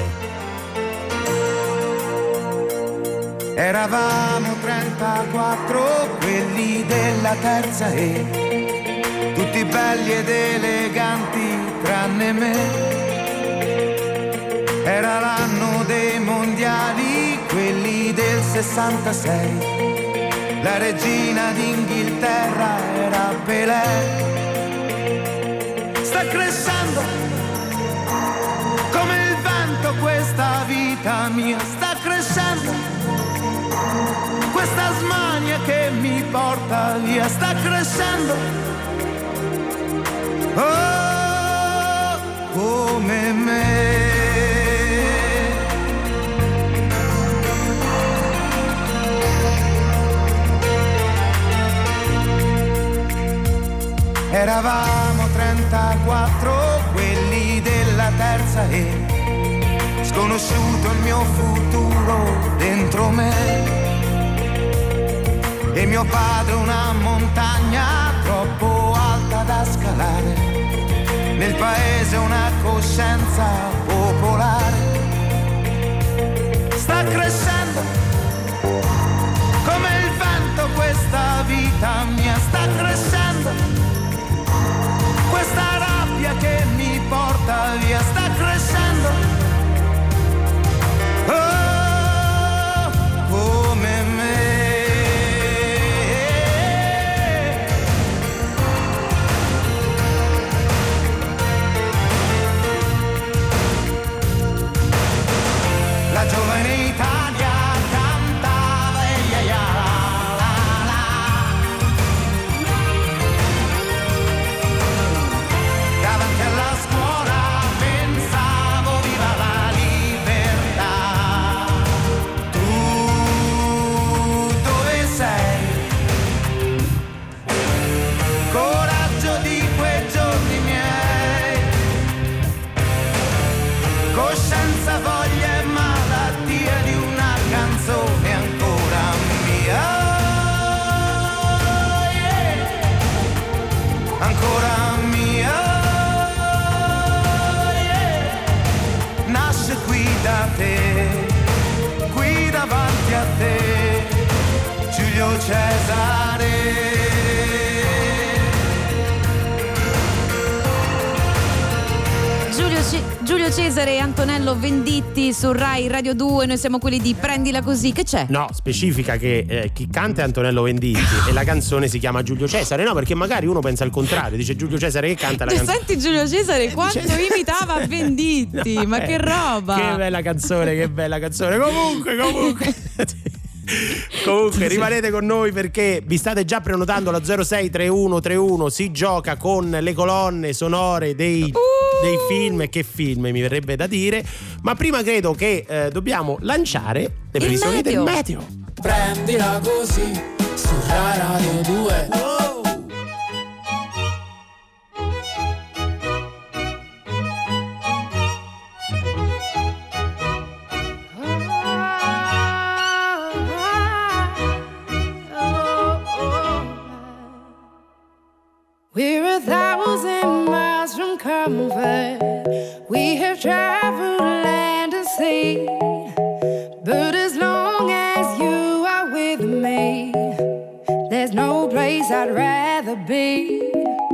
Eravamo trentaquattro, quelli della terza E, tutti belli ed eleganti tranne me. Era l'anno dei mondiali, quelli del sessantasei, la regina d'Inghilterra era Pelé. Sta crescendo come il vento questa vita mia, sta crescendo questa smania che mi porta via, sta crescendo oh, come me. Eravamo trentaquattro, quelli della terza E, sconosciuto il mio futuro dentro me. E mio padre una montagna troppo alta da scalare, nel paese una coscienza popolare. Sta crescendo come il vento questa vita mia, sta crescendo questa rabbia che mi porta via, sta crescendo oh, come me. La giovane Italia cantava e ia ia la la la. Davanti alla scuola pensavo viva la libertà. Tu dove sei? Coraggio di quei giorni miei, coscienza, voglia e malattia di una canzone ancora mia. Oh, yeah. Ancora mia. Oh, yeah. Nasce qui da te, qui davanti a te, Giulio Cesare.
Giulio, Ce- Giulio Cesare e Antonello Venditti su Rai Radio due. Noi siamo quelli di Prendila Così. Che c'è?
No, specifica che eh, chi canta è Antonello Venditti e la canzone si chiama Giulio Cesare. No, perché magari uno pensa al contrario, dice Giulio Cesare che canta la
Cioè,
canzone.
senti Giulio Cesare quanto
dice-
imitava Venditti, ma
Eh,
che roba!
Che bella canzone, che bella canzone. Comunque, comunque. Comunque rimanete con noi perché vi state già prenotando la zero sei tre uno tre uno, si gioca con le colonne sonore dei, uh! dei film. E che film mi verrebbe da dire. Ma prima credo che eh, dobbiamo lanciare le previsioni del meteo.
Prendila così su Rai Radio due. Oh!
We're a thousand miles from comfort. We have traveled land and sea. But as long as you are with me, there's no place I'd rather be.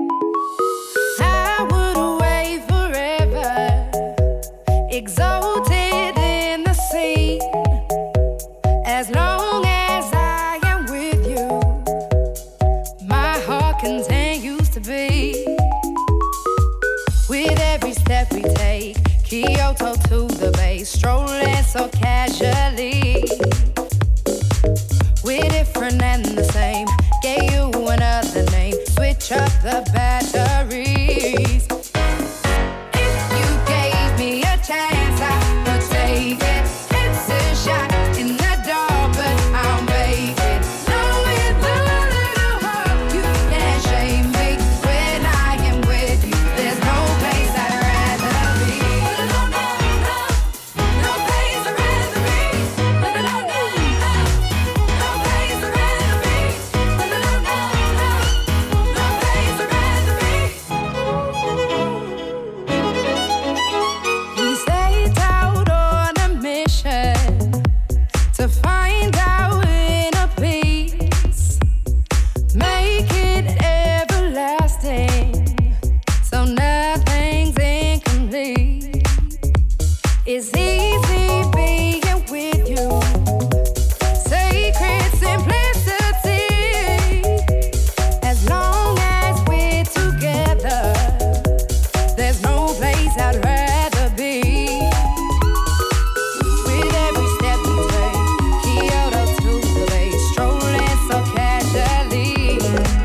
I would away forever, exalted in the sea. As long as I am with you, my heart continues to be. With every step we take, Kyoto to the bay, strolling so casually. We're different and the same, gave you another name, switch up the batteries. If you gave me a chance, I would take it. It's a shot in the dark, but I'll make it. Knowing the little heart, you can't shame me. When I am with you, there's no place I'd rather be. No, no, no, no place I'd rather be. No, no, no, no, no place I'd rather be. No, no, no, no, no place I'd rather be. We set out on a mission to find our inner peace, make it everlasting, so nothing's incomplete. It's easy being with you, sacred simplicity. As long as we're together, there's no place I'd rather be. With every step we take, Kyoto to the bay, strolling so casually.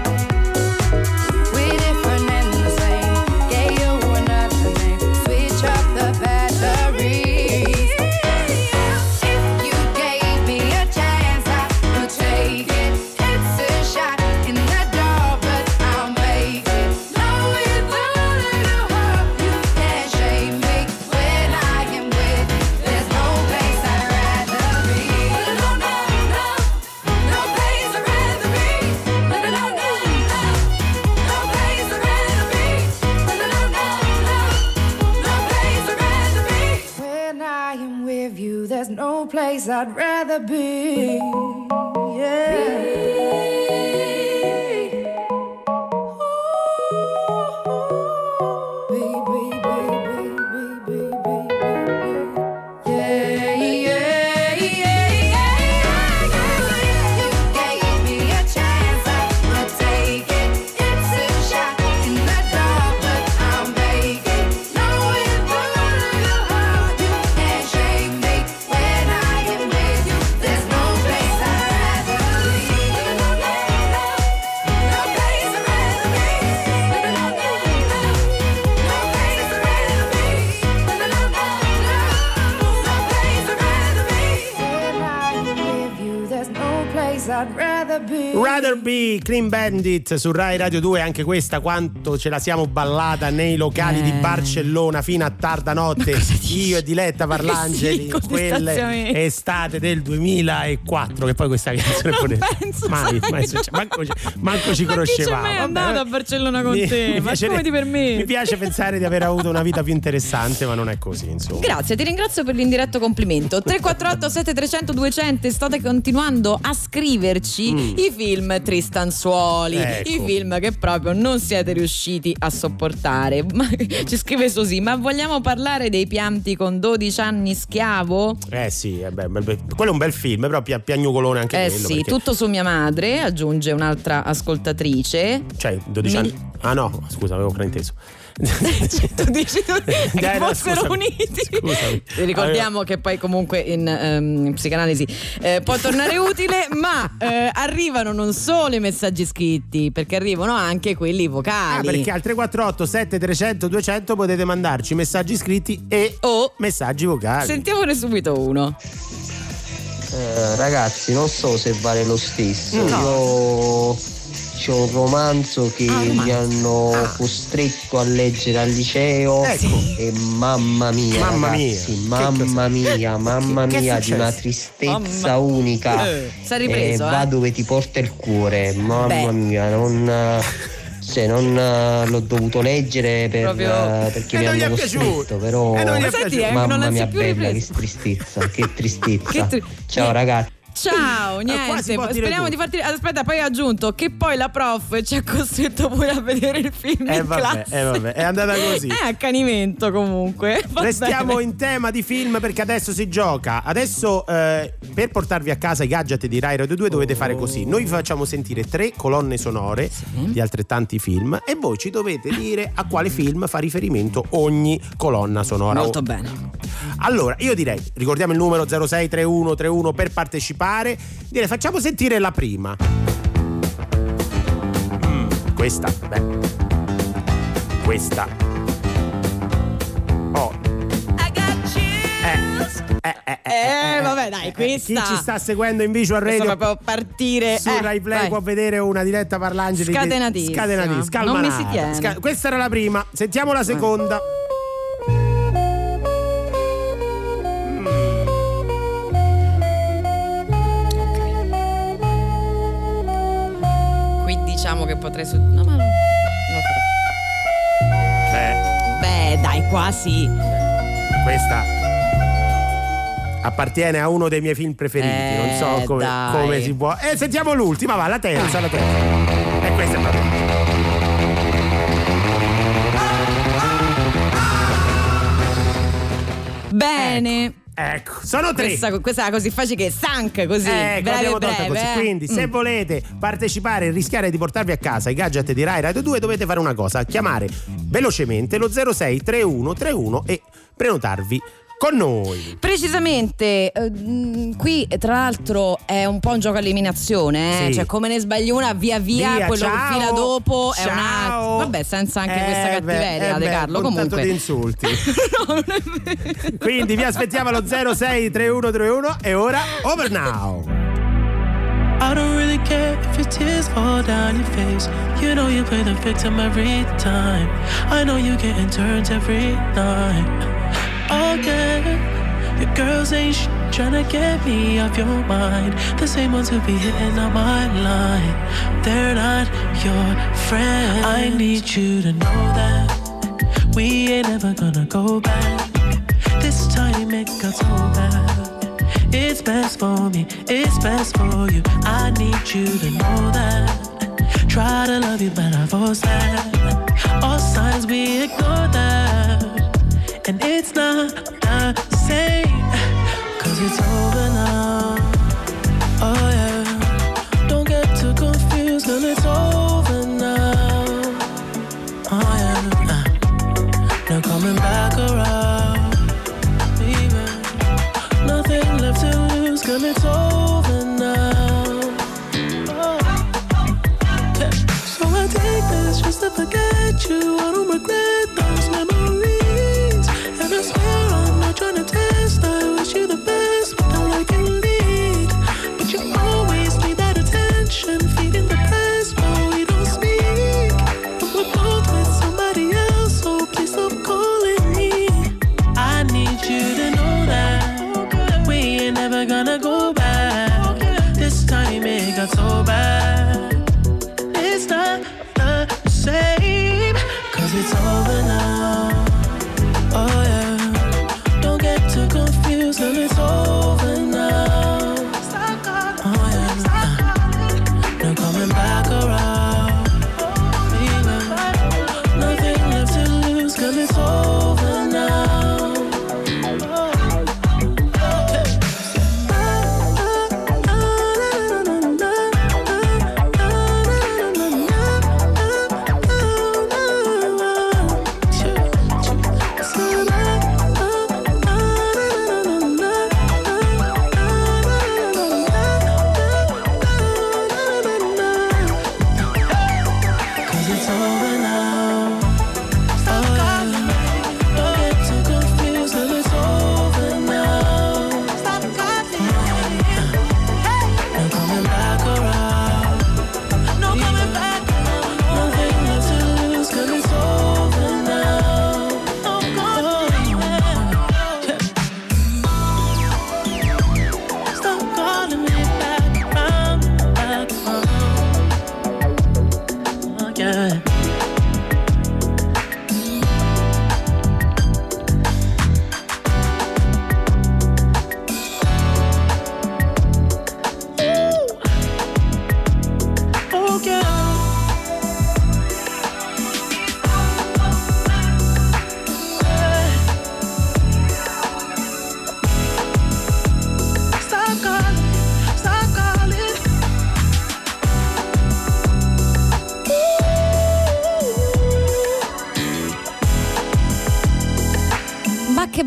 We're different and the same, gave you another name, switch up the batteries. If you gave me a chance, I would take it. It's a shot in the dark, but I'll make it. Knowing the little heart, you can't shame me. When I am with you, there's no place I'd rather be. No, no, no, no place I'd rather be. No, no, no, no, no place I'd rather be. No, no, no, no, no place I'd rather be. When I am with you, there's no place I'd rather be. I'd rather be.
Rather Be, Clean Bandit su Rai Radio due. Anche questa quanto ce la siamo ballata nei locali
eh.
di Barcellona fino a tarda notte, io e Diletta Parlangeli,
sì,
quelle estate del duemilaquattro, che poi questa canzone pure
penso,
mai, mai successo, manco, manco ci conoscevamo.
Ma chi c'è mai andato a Barcellona con
mi,
te?
Mi
ma
piace,
come ti permetti?
Mi piace pensare di aver avuto una vita più interessante, ma non è così, insomma.
Grazie, ti ringrazio per l'indiretto complimento. tre quattro otto sette tre zero zero duecento, state continuando a scriverci mm. i film tristanzuoli, ecco. I film che proprio non siete riusciti a sopportare. Ma, ci scrive Susi, ma vogliamo parlare dei pianti con dodici anni schiavo?
Eh sì, eh beh, quello è un bel film, però pi- piagnucolone anche
eh
quello.
Sì,
perché...
tutto su mia madre, aggiunge un'altra ascoltatrice.
Cioè, dodici
Mi...
anni Ah no, scusa, avevo frainteso.
Tu dici tu, che
Dai, no,
fossero
scusami,
uniti.
scusami.
Ricordiamo che poi comunque in ehm, psicanalisi eh, può tornare utile, ma eh, arrivano non solo i messaggi scritti, perché arrivano anche quelli vocali.
Ah, perché al tre quattro otto sette tre zero zero due zero zero potete mandarci messaggi scritti e
o
messaggi vocali.
Sentiamone subito uno.
Eh, ragazzi, non so se vale lo stesso.
No.
Io c'è un romanzo che
Ah, romanzo.
mi hanno
Ah.
costretto a leggere al liceo
Ecco.
e mamma mia,
Mamma
ragazzi,
mia.
mamma mia, mamma
che è
mia, di
successo?
una tristezza
Mamma-
unica.
Eh, s'è ripreso,
e
eh?
va dove ti porta il cuore, mamma
Beh.
mia, non. Se non eh, l'ho dovuto leggere per,
Proprio-
eh, perché
E
mi
non gli
hanno
è piaciuto.
costretto, però
E non gli è
Ma senti,
piaciuto.
eh, non
mamma
si
mia
è più
bella, che
ripreso.
tristezza, che tristezza.
Che tri-
Ciao ragazzi.
Ciao,
qua si
niente,
può dire
speriamo
tutto.
di farti. Aspetta, poi ha aggiunto che poi la prof ci ha costretto pure a vedere il film
Eh
in
vabbè,
classe.
eh vabbè, è andata così.
È accanimento comunque. Va
Restiamo
bene.
in tema di film perché adesso si gioca. Adesso eh, per portarvi a casa i gadget di Rai Radio due dovete fare così. Noi vi facciamo sentire tre colonne sonore di altrettanti film e voi ci dovete dire a quale film fa riferimento ogni colonna sonora.
Molto bene.
Allora, io direi, ricordiamo il numero zero sei tre uno tre uno per partecipare. Direi facciamo sentire la prima. Mm, questa, beh. Questa. Oh. Eh, eh, eh,
Eh, vabbè, dai, questa.
Chi ci sta seguendo in Visual
Adesso
Radio
proprio partire
su
eh,
Rai Play
vai.
può vedere una diretta Parlangeli che-
Scatenatissima.
scatenatissima,
Non mi si
scalmanata.
tiene.
Sca- questa era la prima, sentiamo la seconda.
Qui diciamo che potrei su... No, ma non lo farò.
Beh,
Beh, dai, quasi.
questa appartiene a uno dei miei film preferiti,
Eh,
non so come,
dai.
come si può. E sentiamo l'ultima, va, la terza, la terza. E questa è proprio.
Bene.
Ecco, sono tre.
Questa, questa era così facile che sank così.
Ecco,
breve
abbiamo tolta
breve.
così.
eh.
Quindi, se
Mm.
volete partecipare e rischiare di portarvi a casa i gadget di Rai Radio due, dovete fare una cosa: chiamare velocemente lo zero sei tre uno tre uno e prenotarvi con noi.
Precisamente, eh, mh, qui tra l'altro è un po' un gioco a eliminazione, eh?
Sì.
Cioè come ne sbagli una via via,
Via,
quello
ciao,
che fila dopo è
ciao.
una... Vabbè, senza anche
Eh,
questa
beh,
cattiveria
eh
De
beh,
Carlo,
con tanto
comunque.
di insulti.
No, non è vero.
Quindi vi aspettiamo allo zero sei tre uno tre uno e ora Over Now.
I don't really care if your tears fall down your face. You know you play the victim every time. I know you getting turns every night. Again, your girls ain't sh- tryna get me off your mind. The same ones who be hitting on my line. They're not your friends. I need you to know that we ain't ever gonna go back. This time it got so bad. It's best for me, it's best for you. I need you to know that. Try to love you, but I force that. All signs we ignore that. And it's not the same, cause it's over now. Oh yeah. Don't get too confused, girl, it's over now. Oh yeah. No coming back around. Nothing left to lose, girl, it's over now. Oh. Yeah. So I take this just to forget you. I don't regret those memories. And I swear I'm not trying to test. I wish you the best without like and lead. But you always need that attention, feeding the past while we don't speak. But we're both with somebody else, so please stop calling me. I need you to know that we ain't never gonna go back. This time it got so bad. It's not the same, cause it's over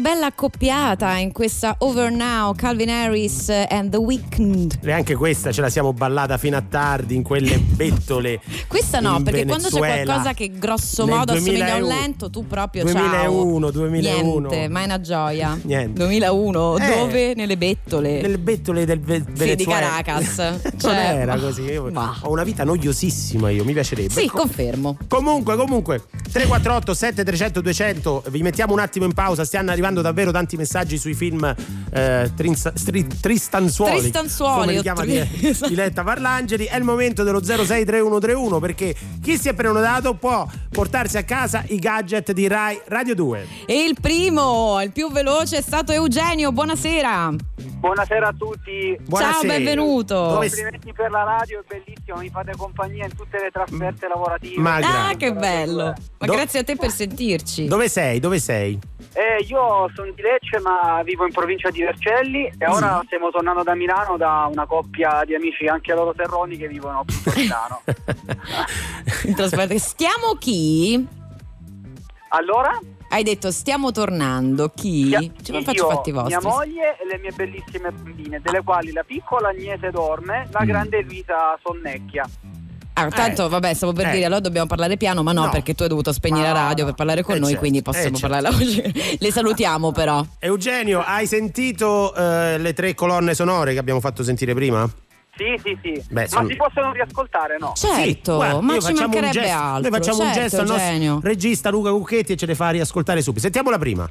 bella accoppiata in questa Over Now, Calvin Harris and The Weeknd.
E anche questa ce la siamo ballata fino a tardi in quelle bettole.
Questa no,
in
perché
Venezuela,
quando c'è qualcosa che grosso
nel
modo assomiglia a un
duemilauno,
lento, tu proprio
duemilauno,
ciao.
duemilauno.
Niente, ma è una gioia.
Niente.
duemilauno,
Eh,
dove? Nelle bettole.
Nelle bettole del Ve-
Sì,
Venezuela.
di Caracas.
Non
Cioè,
era
ma-
così. Io
ma-
ho una vita noiosissima, io mi piacerebbe.
Sì,
Co-
confermo.
Comunque, comunque, tre quattro otto sette tre zero zero due zero zero, vi mettiamo un attimo in pausa. Stiano arrivando davvero tanti messaggi sui film eh, Trinsa- Stri- Tristanzuoli.
Tristanzuoli,
come li
o
chiama
tri-
Di- Diletta Parlangeli. È il momento dello zero sei tre uno tre uno, perché chi si è prenotato può portarsi a casa i gadget di Rai Radio due.
E il primo, il più veloce è stato Eugenio. Buonasera.
Buonasera a tutti.
Ciao, benvenuto.
Dove-
Complimenti per la radio, è bellissimo, mi fate compagnia in tutte le trasferte lavorative.
Ma
Ah,
grazie.
che bello. Ma
Do-
grazie a te per sentirci.
Dove sei? Dove sei?
Eh, io sono di Lecce ma vivo in provincia di Vercelli e ora stiamo tornando da Milano da una coppia di amici, anche loro terroni, che vivono appunto a Milano.
In trasferta. Stiamo chi?
Allora?
Hai detto stiamo tornando. Chi? Ci
Io,
faccio fatti vostri.
mia moglie e le mie bellissime bambine, delle quali la piccola Agnese dorme,
Mm.
la grande Luisa sonnecchia.
Ah, tanto vabbè, stavo per
Eh.
dire, allora dobbiamo parlare piano, ma no,
No.
perché tu hai dovuto spegnere la radio per parlare con
Eh,
noi,
certo.
quindi possiamo
Eh, certo.
parlare la voce. Le salutiamo però.
Eugenio, hai sentito eh, le tre colonne sonore che abbiamo fatto sentire prima?
Sì, sì, sì.
Beh,
ma
sono-
si possono riascoltare, no?
Certo,
Guarda,
ma
noi
ci
facciamo un
mancherebbe
gesto,
altro.
Noi facciamo un
certo,
gesto al nostro
Eugenio.
regista Luca Cucchetti e ce le fa riascoltare subito. Sentiamo la prima.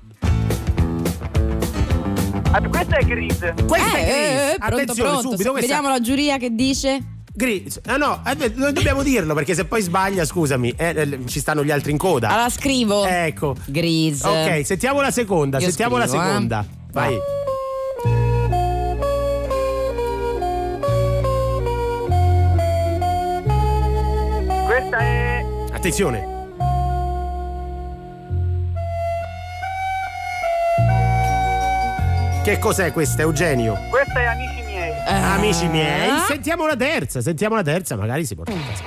Ah, questa è Gris.
Questa
Eh,
è Gris.
eh, eh, pronto,
Attenzione,
pronto.
subito. questa-
Vediamo la giuria che dice.
Gris. Ah no, eh, beh, noi dobbiamo dirlo perché se poi sbaglia, scusami, eh, eh, ci stanno gli altri in coda.
Allora scrivo.
Ecco.
Gris.
Ok, sentiamo la seconda,
Io
sentiamo
scrivo,
la
eh.
seconda. Vai.
Questa è
Attenzione. Che cos'è questa, Eugenio?
questa è Amici miei.
Amici miei,
Eh?
sentiamo la terza, sentiamo la terza, magari si porta a casa.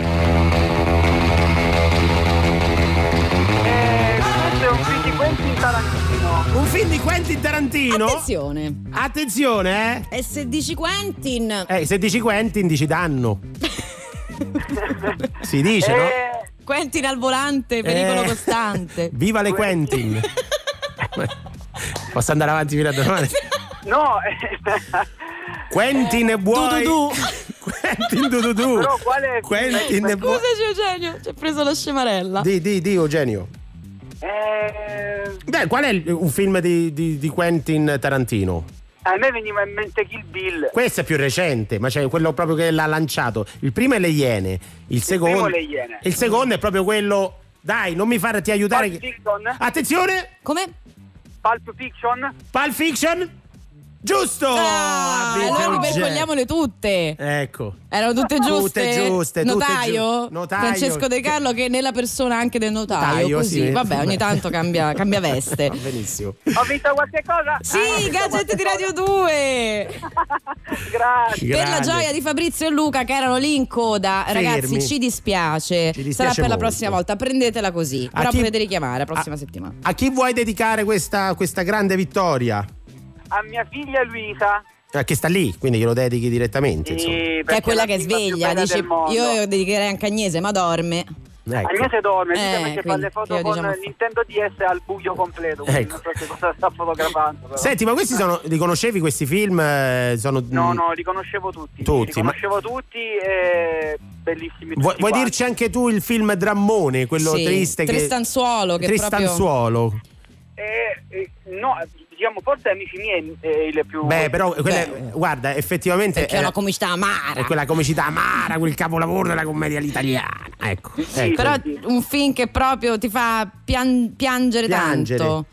Eh, questo è un film di Quentin Tarantino.
Un film di Quentin Tarantino?
Attenzione.
Attenzione,
E se dici Quentin.
eh? Eh, se dici Quentin dici danno. Si dice, no?
Eh,
Quentin al volante, pericolo
Eh.
costante.
Viva le Quentin. Posso andare avanti fino a domani?
no, eh,
Quentin e buoi.
Du, du,
Quentin du du du.
però quale
Quentin e buoi.
Scusaci Eugenio, ci ha preso la scemarella.
Di, di, di Eugenio.
Eh,
Beh, qual è il- un film di, di, di Quentin Tarantino?
a me veniva in mente Kill Bill.
Questo è più recente, ma c'è quello proprio che l'ha lanciato. Il primo è Le Iene, il secondo.
primo Le Iene.
Il secondo è proprio quello. Dai, non mi farti aiutare.
Pulp Fiction?
Attenzione!
Come?
Pulp Fiction?
Pulp Fiction? Giusto!
Ah,
Ha vinto
allora
il Ge-
ripercogliamole tutte.
Ecco.
Erano tutte giuste?
Tutte giuste, tutte
Notaio?
giu- notaio.
Francesco De Carlo, che è nella persona anche del notaio.
Notaio,
così,
sì.
vabbè, ogni tanto cambia, cambia veste.
Va benissimo.
Ho vinto qualche cosa?
Sì,
Ah, ho vinto
gadget
qualche
di
cosa?
Radio due.
Grazie.
Per la
Grande.
gioia di Fabrizio e Luca che erano lì in coda,
Fermi.
ragazzi, ci dispiace.
Ci dispiace
Sarà per la
molto.
prossima volta. Prendetela così.
A
Però
chi-
potete richiamare la prossima
a-
settimana.
A chi vuoi dedicare questa, questa grande vittoria?
A mia figlia Luisa.
Eh, che sta lì, quindi glielo dedichi direttamente. Insomma.
Sì,
Che è
perché
quella
la
che
bimba più
sveglia.
bella
Dici,
del mondo.
io dedicherei anche a Agnese, ma dorme.
Ecco.
Agnese dorme,
Eh,
dice perché fa
quindi,
le foto
io,
con
diciamo,
il Nintendo D S al buio completo, quindi
Ecco.
non so che cosa sta fotografando. Però.
Senti, ma questi sono. Li conoscevi questi film? Eh, Sono,
No, no, li conoscevo tutti.
Tutti,
Li conoscevo tutti e bellissimi tutti
Vuoi, vuoi
quanti.
dirci anche tu il film Drammone, quello
Sì,
triste che.
Tristanzuolo, che
Tristanzuolo.
Eh, eh, no, diciamo forse Amici miei è il più...
Beh, però quella-
Beh.
guarda, effettivamente
Perché è
era-
una comicità amara.
è quella comicità amara, quel capolavoro della commedia all'italiana. Ecco. ecco.
Però un film che proprio ti fa pian- piangere,
Piangere.
tanto.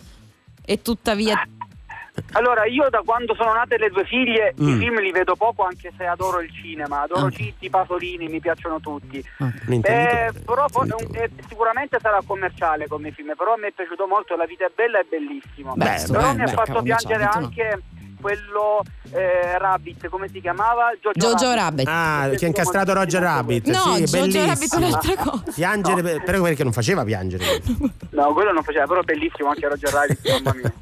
E tuttavia.
Allora, io da quando sono nate le due figlie
Mm.
i film li vedo poco, anche se adoro il cinema, adoro
Ah.
Citti, Pasolini, mi piacciono tutti.
Un
Eh,
intenditore.
però for- è un- eh, sicuramente sarà commerciale come film, però a me è piaciuto molto, La vita è bella, è bellissimo.
Beh,
però
stupendo,
mi ha fatto
cavolo,
piangere
Ciao,
anche quello eh, Rabbit, come si chiamava? Jojo,
Jojo Rabbit.
Ah, che ha incastrato Roger Rabbit.
No,
sì,
Jojo
bellissimo.
Rabbit è un'altra cosa.
Piangere, per- però perché non faceva piangere.
No, quello non faceva, però bellissimo anche Roger Rabbit, mamma mia.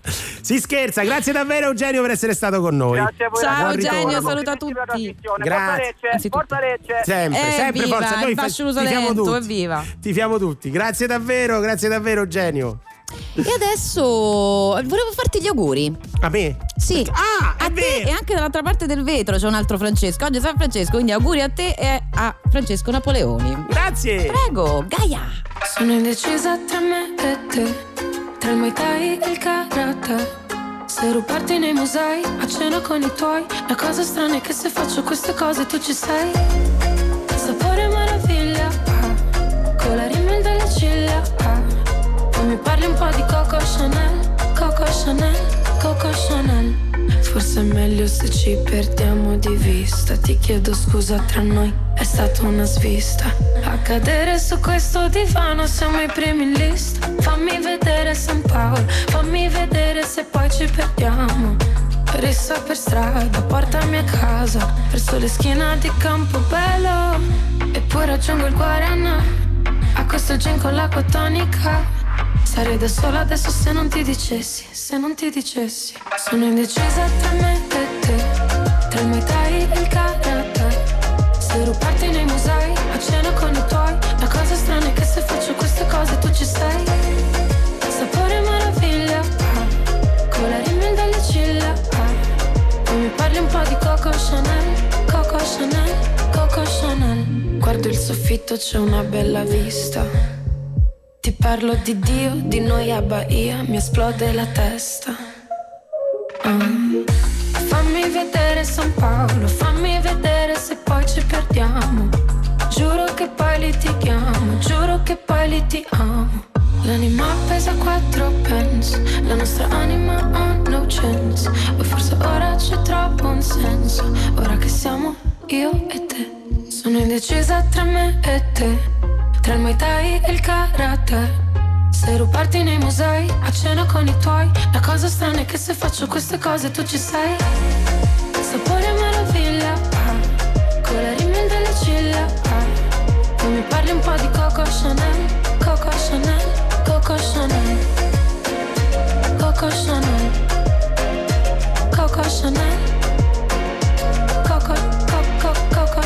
Si scherza, grazie davvero Eugenio per essere stato con noi.
Grazie a voi.
Ciao
Buon
Eugenio,
ritorno.
saluta tutti.
Grazie.
Forza Lecce, Forza Lecce.
Sempre,
Eh,
sempre
viva,
forza. Noi
il
fa-
Bascio
tifiamo
Salento,
tutti.
evviva.
Tifiamo tutti. Grazie davvero, grazie davvero Eugenio.
E adesso volevo farti gli auguri.
A me?
Sì,
Ah,
a te e anche dall'altra parte del vetro c'è un altro Francesco. Oggi è San Francesco, quindi auguri a te e a Francesco Napoleoni.
Grazie.
Prego, Gaia.
Sono indecisa tra me e te, tra il Muay Thai e il karate. Se rubarti nei musei, a cena con i tuoi. La cosa strana è che se faccio queste cose tu ci sei. Sapore meraviglia, ah, con la rimel delle ciglia, ah. Poi mi parli un po' di Coco Chanel, Coco Chanel, Coco Chanel. Forse è meglio se ci perdiamo di vista. Ti chiedo scusa, tra noi è stata una svista. A cadere su questo divano siamo i primi in lista. Fammi vedere San Paolo, fammi vedere se poi ci perdiamo. Rissa per strada, portami a casa, verso le schiena di Campobello. E poi raggiungo il Guarana, a questo gin con l'acqua tonica. Sarei da sola adesso se non ti dicessi, se non ti dicessi. Sono indecisa tra me e te, tra il Muay Thai e il karate. Se rubarti nei musei, a cena con i tuoi. La cosa strana è che se faccio queste cose tu ci sei. Sapore meraviglia, ah, con la rimel delle ciglia, ah. Poi mi parli un po' di Coco Chanel, Coco Chanel, Coco Chanel. Guardo il soffitto, c'è una bella vista. Ti parlo di Dio, di noi a Bahia, mi esplode la testa. Mm. Fammi vedere San Paolo, fammi vedere se poi ci perdiamo. Giuro che poi litighiamo, giuro che poi litighiamo. L'anima pesa quattro pence, la nostra anima ha no chance. O forse ora ci trovo un senso, ora che siamo io e te. Sono indecisa tra me e te, tra il Muay Thai e il karate. Se rubarti nei musei, a cena con i tuoi. La cosa strana è che se faccio queste cose tu ci sei. Sapore meraviglia, ah, con la rimel delle ciglia, ah. Poi mi parli un po' di Coco Chanel, Coco Chanel, Coco Chanel, Coco Chanel, Coco Chanel, Coco, Coco, Coco,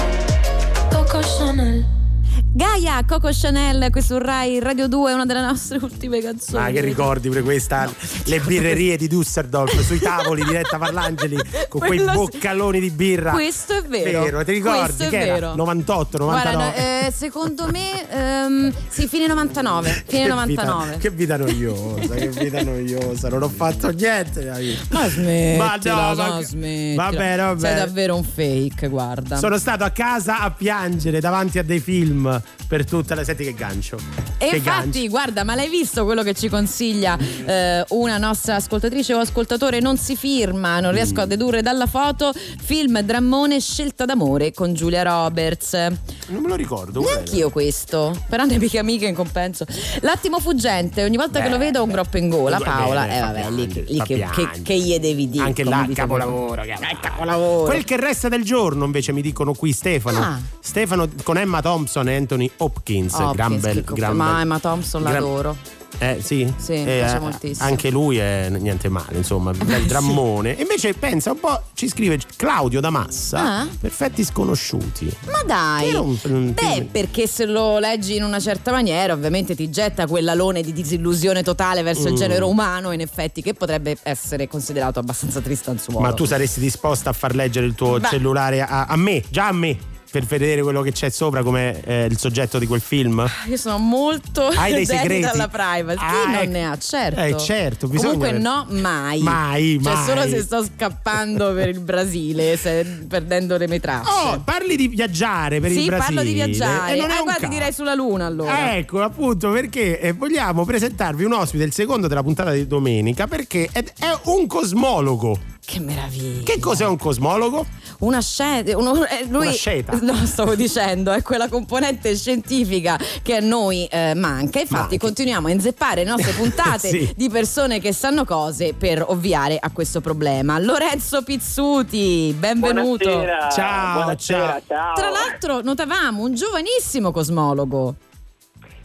Coco Chanel.
Gaia, Coco Chanel, qui su Rai Radio due, una delle nostre ultime canzoni.
Ma che ricordi pure questa? No. Le birrerie di Düsseldorf sui tavoli di Retta Parlangeli con
Quello
quei
sì.
boccaloni di birra.
Questo è vero.
Vero, ti ricordi?
Questo è
che era?
vero.
novantotto, novantanove.
Guarda, eh, secondo me ehm, sì, fine novantanove. Fine
Che
novantanove.
vita, che vita noiosa, che vita noiosa. Non ho fatto niente nella vita.
Ma smettila,
Ma no,
no,
ma-
smettila.
Va bene, va
Sei
bene.
davvero un fake, guarda.
Sono stato a casa a piangere davanti a dei film per tutta la. Senti che gancio.
E
che
infatti,
gancio.
guarda, ma l'hai visto quello che ci consiglia eh, una nostra ascoltatrice o ascoltatore? Non si firma, non riesco a dedurre dalla foto. Film drammone Scelta d'amore con Giulia Roberts.
Non me lo ricordo.
Neanch'io questo, però ne mica amiche in compenso. L'attimo fuggente, ogni volta
Beh,
che lo vedo ho un groppo in gola.
beh,
Paola,
beh,
eh
fa
vabbè, lì,
piangere,
lì
fa
che, che,
piangere.
che gli devi dire.
Anche
come
là
dite
capolavoro,
voi.
che-
Eh, capolavoro.
Quel che resta del giorno invece mi dicono qui Stefano.
Ah.
Stefano con Emma Thompson e Anthony Hopkins.
Hopkins,
gran bel,
che co-
gran
ma
bel-
Emma Thompson
gran-
l'adoro.
Eh sì,
Sì,
Eh,
mi piace
eh,
moltissimo.
Anche lui è niente male, insomma, bel drammone. E invece pensa un po', ci scrive Claudio da Massa,
Ah.
Perfetti sconosciuti.
Ma dai,
Era un- un
beh,
film-
perché se lo leggi in una certa maniera, ovviamente ti getta quell'alone di disillusione totale verso il
Mm.
genere umano, in effetti, che potrebbe essere considerato abbastanza tristanzuolo.
Ma tu saresti disposta a far leggere il tuo
Beh.
cellulare a, a me, già a me, per vedere quello che c'è sopra come eh, il soggetto di quel film?
Io sono molto
Hai dei
dedita
segreti?
alla privacy.
Ah,
Chi non
ecco.
ne ha, certo.
Eh, certo, bisogna
Comunque
aver-
no, mai.
Mai,
Cioè
mai.
solo se sto scappando per il Brasile, se- perdendo le mie tracce.
Oh, parli di viaggiare per
sì,
il Brasile.
parlo di viaggiare.
E non è
ah,
un
guarda,
caso.
direi sulla Luna allora.
Ecco, appunto, perché eh, vogliamo presentarvi un ospite, il secondo della puntata di domenica, perché è, è un cosmologo.
Che meraviglia.
Che cos'è un cosmologo?
Una sceta, uno, eh, lui,
Una sceta.
No, stavo dicendo, è quella componente scientifica che a noi eh, manca. Infatti,
Manca.
continuiamo a inzeppare le nostre puntate
Sì.
di persone che sanno cose per ovviare a questo problema. Lorenzo Pizzuti, benvenuto.
Buonasera.
Ciao,
Buonasera, ciao.
Tra l'altro, notavamo un giovanissimo cosmologo.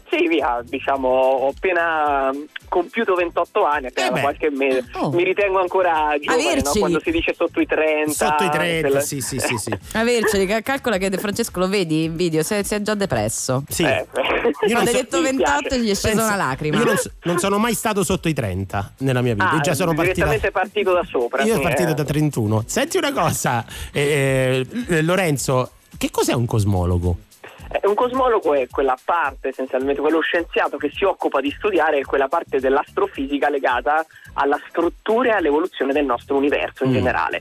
Sì, via, diciamo, ho appena compiuto ventotto anni, appena
Eh
da
beh.
qualche mese.
Oh.
Mi ritengo ancora giovane, no?
Averceli.
Quando si dice sotto i trenta.
Sotto i trenta,
quella-
sì, sì, sì, sì.
Averceli, cal- calcola che De Francesco lo vedi in video, si è, si è già depresso.
Sì.
Eh,
Io non
Quando hai
so-
detto ventotto gli è scesa
Pensa,
una lacrima.
Io non, so- non sono mai stato sotto i trenta nella mia vita.
Ah,
Io già sono partito.
direttamente partito da sopra.
Io
sì,
sono partito
eh.
da trentuno. Senti una cosa, eh, eh, Lorenzo, che cos'è un cosmologo?
Eh, Un cosmologo è quella parte, essenzialmente, quello scienziato che si occupa di studiare quella parte dell'astrofisica legata alla struttura e all'evoluzione del nostro universo in
Mm.
generale.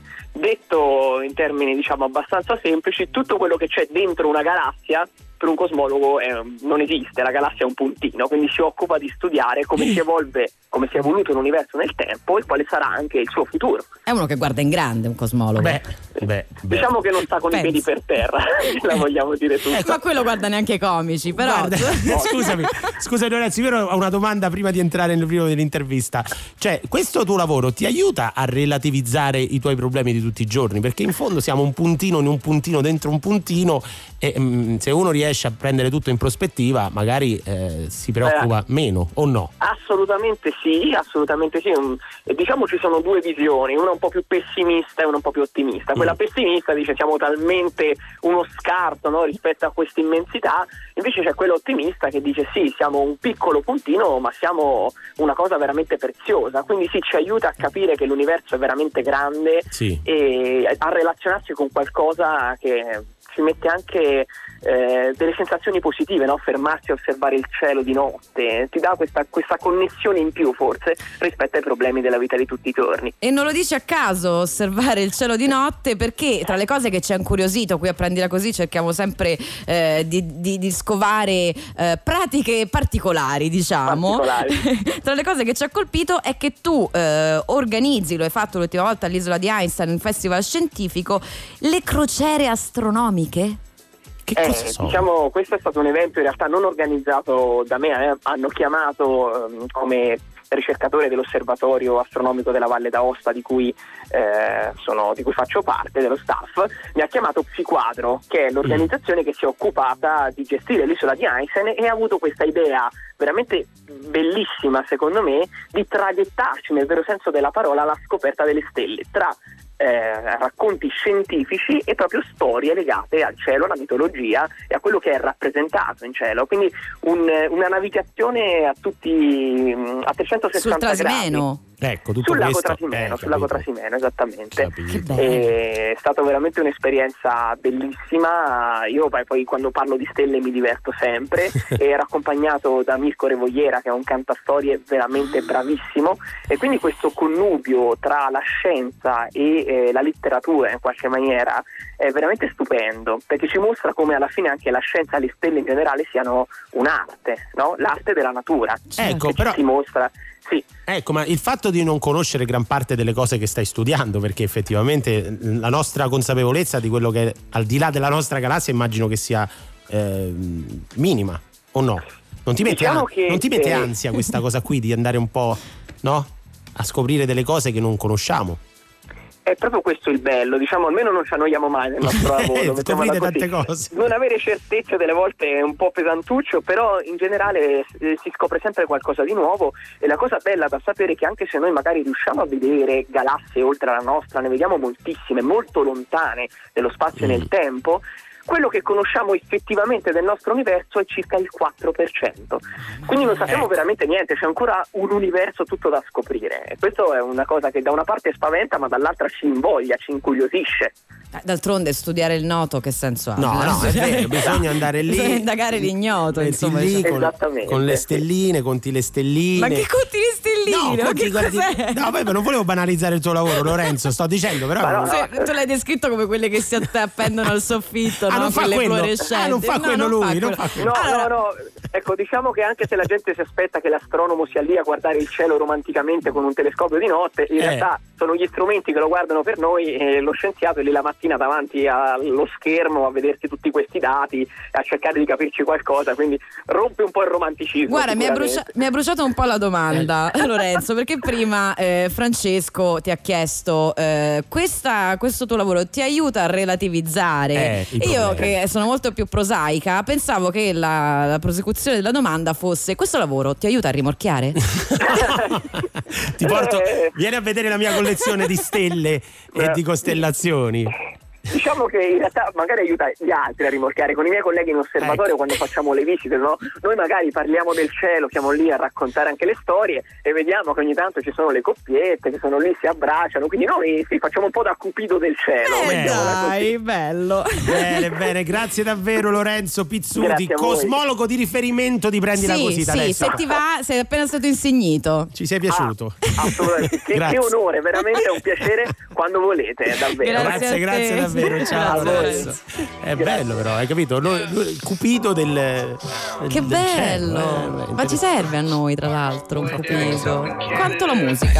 Detto in termini, diciamo, abbastanza semplici, tutto quello che c'è dentro una galassia per un cosmologo eh, non esiste, la galassia è un puntino, quindi si occupa di studiare come si evolve, come si è evoluto l'universo nel tempo e quale sarà anche il suo futuro.
È uno che guarda in grande, un cosmologo.
Beh, beh, beh.
Diciamo che non sta con
Penso.
i piedi per terra, la vogliamo dire tutta.
Ma quello guarda neanche i comici, però.
Guarda, scusami, scusami Lorenzo, io ho una domanda prima di entrare nel primo dell'intervista. Cioè, questo tuo lavoro ti aiuta a relativizzare i tuoi problemi di tutti i giorni? Perché in fondo siamo un puntino in un puntino dentro un puntino e mm, se uno riesce a prendere tutto in prospettiva magari eh, si preoccupa meno, o no?
Assolutamente sì, assolutamente sì. Un- e diciamo ci sono due visioni, una un po' più pessimista e una un po' più ottimista. Quella pessimista dice siamo talmente uno scarto, no, rispetto a questa immensità, invece c'è quella ottimista che dice sì, siamo un piccolo puntino ma siamo una cosa veramente preziosa, quindi sì, ci aiuta a capire che l'universo è veramente grande
Sì.
e a relazionarsi con qualcosa che ci mette anche eh, delle sensazioni positive, no? Fermarsi a osservare il cielo di notte ti dà questa, questa connessione in più forse rispetto ai problemi della vita di tutti i giorni.
E non lo dici a caso osservare il cielo di notte, perché tra le cose che ci ha incuriosito qui a Prendila Così cerchiamo sempre eh, di, di, di scovare eh, pratiche particolari, diciamo.
Particolari.
Tra le cose che ci ha colpito è che tu eh, organizzi, lo hai fatto l'ultima volta all'Isola di Einstein, un festival scientifico, le crociere astronomiche.
Che
Eh,
cosa sono?
diciamo, questo è stato un evento in realtà non organizzato da me, eh, hanno chiamato ehm, come ricercatore dell'osservatorio astronomico della Valle d'Aosta di cui eh, sono, di cui faccio parte dello staff, mi ha chiamato Psiquadro, che è l'organizzazione che si è occupata di gestire l'isola di Einstein e ha avuto questa idea veramente bellissima secondo me di traghettarci nel vero senso della parola alla scoperta delle stelle, tra Eh, racconti scientifici e proprio storie legate al cielo, alla mitologia e a quello che è rappresentato in cielo, quindi un, una navigazione a tutti a trecentosessanta
Sul Trasimeno.
Ecco, tutto
sul lago
questo.
Trasimeno,
eh,
sul lago
capito.
Trasimeno, esattamente.
Capito.
E è stata veramente un'esperienza bellissima. Io poi, poi quando parlo di stelle mi diverto sempre e ero accompagnato da Mirko Revogliera, che è un cantastorie veramente bravissimo, e quindi questo connubio tra la scienza e eh, la letteratura in qualche maniera è veramente stupendo, perché ci mostra come alla fine anche la scienza e le stelle in generale siano un'arte, no? L'arte della natura.
Ecco,
che
però-
ci mostra. Sì.
Ecco, ma il fatto di non conoscere gran parte delle cose che stai studiando, perché effettivamente la nostra consapevolezza di quello che è al di là della nostra galassia immagino che sia eh, minima, o no? Non ti mette,
Diciamo
an-
che,
non ti mette
eh,
ansia questa cosa qui di andare un po', no? A scoprire delle cose che non conosciamo?
È proprio questo il bello, diciamo, almeno non ci annoiamo mai nel nostro lavoro. mettiamola
Scoprite
così.
tante cose.
Non avere certezze delle volte è un po' pesantuccio, però in generale eh, si scopre sempre qualcosa di nuovo, e la cosa bella da sapere è che anche se noi magari riusciamo a vedere galassie oltre la nostra, ne vediamo moltissime, molto lontane nello spazio e nel tempo, quello che conosciamo effettivamente del nostro universo è circa il quattro per cento. Quindi non sappiamo
Ecco.
veramente niente, c'è ancora un universo tutto da scoprire. E questo è una cosa che da una parte spaventa, ma dall'altra ci invoglia, ci incuriosisce.
Eh, D'altronde studiare il noto che senso ha?
No, no, è vero, bisogna andare lì.
Bisogna indagare l'ignoto,
Metti
insomma.
lì
diciamo.
con, con le stelline, conti le stelline.
Ma che conti le stelline?
No,
Ma
conti
che
guardi-
cos'è?
no, poi non volevo banalizzare il tuo lavoro, Lorenzo, sto dicendo, però.
Ma no, no.
Se- tu l'hai descritto come quelle che si appendono al soffitto,
Ah,
no?
non fa
Quelle
quello.
fluorescenti.
Ah, non fa
No,
quello lui, non
quello.
fa quello.
No,
Allora-
no, no, ecco, diciamo che anche se la gente si aspetta che l'astronomo sia lì a guardare il cielo romanticamente con un telescopio di notte, in
Eh.
realtà sono gli strumenti che lo guardano per noi, e lo scienziato è lì la mattina davanti allo schermo a vedersi tutti questi dati, a cercare di capirci qualcosa, quindi rompe un po' il romanticismo.
Guarda, mi ha,
sicuramente.
brucia- mi ha bruciato un po' la domanda,
Eh.
Lorenzo, perché prima eh, Francesco ti ha chiesto eh, questa, questo tuo lavoro ti aiuta a relativizzare.
Eh, i
Io
problemi.
che sono molto più prosaica pensavo che la, la prosecuzione della domanda fosse: questo lavoro ti aiuta a rimorchiare?
Ti porto, vieni a vedere la mia collezione di stelle e di costellazioni.
Diciamo che in realtà magari aiuta gli altri a rimorchiare. Con i miei colleghi in osservatorio,
Ecco.
quando facciamo le visite, no? Noi magari parliamo del cielo, siamo lì a raccontare anche le storie e vediamo che ogni tanto ci sono le coppiette che sono lì, si abbracciano, quindi noi sì, facciamo un po' da cupido del cielo.
Eh,
mettiamola così.
dai, bello.
Bene, bene, grazie davvero Lorenzo Pizzuti,
Grazie a voi.
cosmologo di riferimento di Prendila
Sì,
Così da
sì,
adesso.
se ti va, sei appena stato insignito.
Ci sei piaciuto?
Assolutamente, che,
Grazie.
che onore, veramente è un piacere quando volete, davvero.
Grazie, grazie, davvero. Ciao
Grazie a voi.
Lorenzo. È bello però, hai capito? Noi- lui- il cupido del
Che
del cielo,
bello.
eh,
Ma ci serve a noi, tra l'altro, un cupido. Quanto la musica.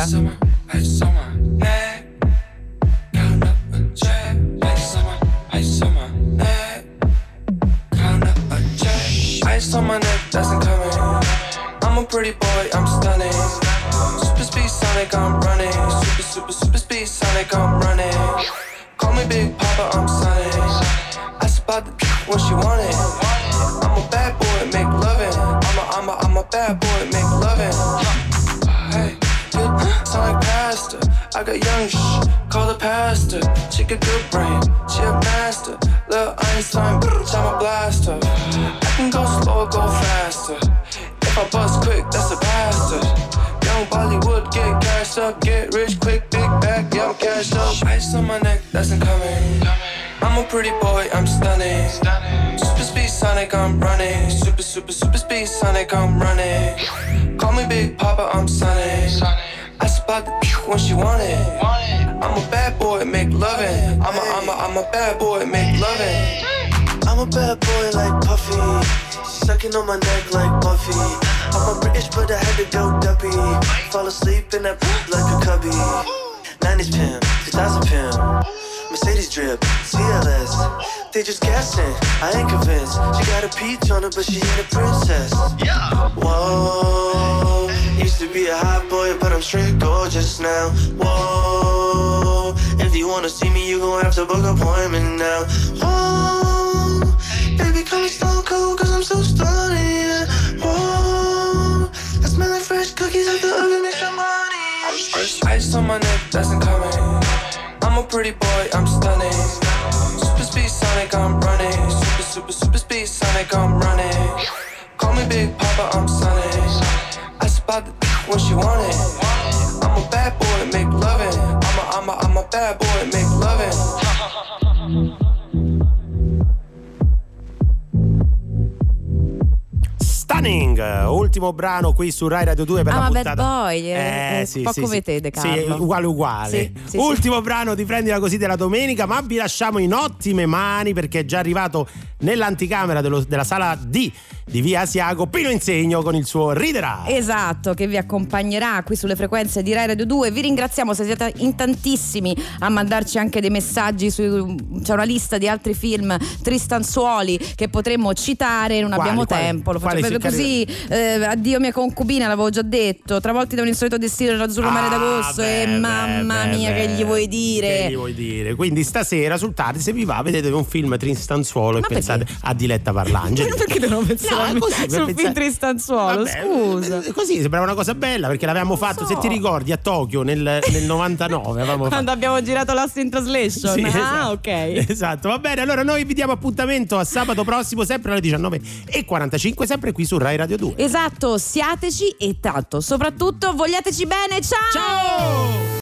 Ice on my neck, that's incoming. I'm a pretty boy, I'm stunning. Super speed Sonic, I'm running. Super, super, super speed Sonic, I'm running. Call me Big Papa, I'm Sonic. Ask about the when she want it. I'm a bad boy, make loving. I'm a, I'm a, I'm a bad boy, make loving. Hey, you sound like pastor. I got young shh, call the pastor. She got good brain, she a master. Lil' Einstein, bitch, I'm a blaster. I can go slow or go faster. If I bust quick, that's a bastard. Young Bollywood, get cashed up, get rich quick, big bag, yeah, I'm cashed up. Ice on my neck, that's incoming. I'm a pretty boy, I'm stunning. Super speed Sonic, I'm running. Super, super, super speed Sonic, I'm running. Call me Big Papa, I'm Sonic. Ask about the when she want it. I'm a bad boy, make loving. I'm a, I'm a, I'm a bad boy, make loving.
I'm a bad boy like Puffy, sucking on my neck like Buffy. I'm a British but I had to go duppy. Fall asleep in that like a cubby. nineties pimp, two thousand pimp, Mercedes drip, C L S. They just guessing, I ain't convinced. She got a peach on her but she ain't a princess. Yeah. Whoa, used to be a hot boy but I'm straight gorgeous now. Whoa, if you wanna see me you gon' have to book an appointment now. Whoa, baby call me Stone Cold cause I'm so stunning, yeah. Whoa, I smell like fresh cookies at the oven, make some money.
Ice, ice on my neck, that's incoming. I'm a pretty boy, I'm stunning. Super speed Sonic, I'm running. Super, super, super speed Sonic, I'm running. Call me Big Papa, I'm Sonic. Ask about the when she want it. I'm a bad boy, make loving. I'm a, I'm a, I'm a bad boy, make loving.
Stunning, ultimo brano qui su Rai Radio due per
Ah,
la
ma
puntata.
Bad Boy, eh, un po' come te, De Carlo.
Sì, uguale uguale.
Sì, sì,
ultimo brano di Prendila Così della domenica, ma vi lasciamo in ottime mani perché è già arrivato nell'anticamera dello- della sala D di Via Asiago Pino Insegno con il suo Riderai.
Esatto, che vi accompagnerà qui sulle frequenze di Rai Radio due. Vi ringraziamo, siete in tantissimi a mandarci anche dei messaggi su, c'è una lista di altri film tristanzuoli che potremmo citare, non
Quali,
abbiamo
quali?
tempo, lo
Quali
facciamo
si-
così. Eh, addio mia concubina, l'avevo già detto, travolti da un insolito destino nell'azzurro mare
Ah,
d'agosto
beh,
e
beh,
mamma
beh,
mia
beh.
che gli vuoi dire?
Che gli vuoi dire? Quindi stasera sul Tardis, se vi va, vedete un film tristanzuolo e
Ma
pensate a Diletta Parlangeli.
Perché non pensare
No, così, per
sul
pensare-
film tristanzuolo?
Vabbè,
Scusa.
eh, Così sembrava una cosa bella perché l'avevamo fatto, se ti ricordi, a Tokyo nel, nel novantanove. Avevamo
Quando abbiamo girato Lost in Translation.
Sì,
ah,
esatto.
ok.
Esatto, va bene. Allora noi vi diamo appuntamento a sabato prossimo, sempre alle diciannove e quarantacinque, sempre qui su Rai Radio due.
Esatto, siateci e tanto, soprattutto vogliateci bene. Ciao!
Ciao!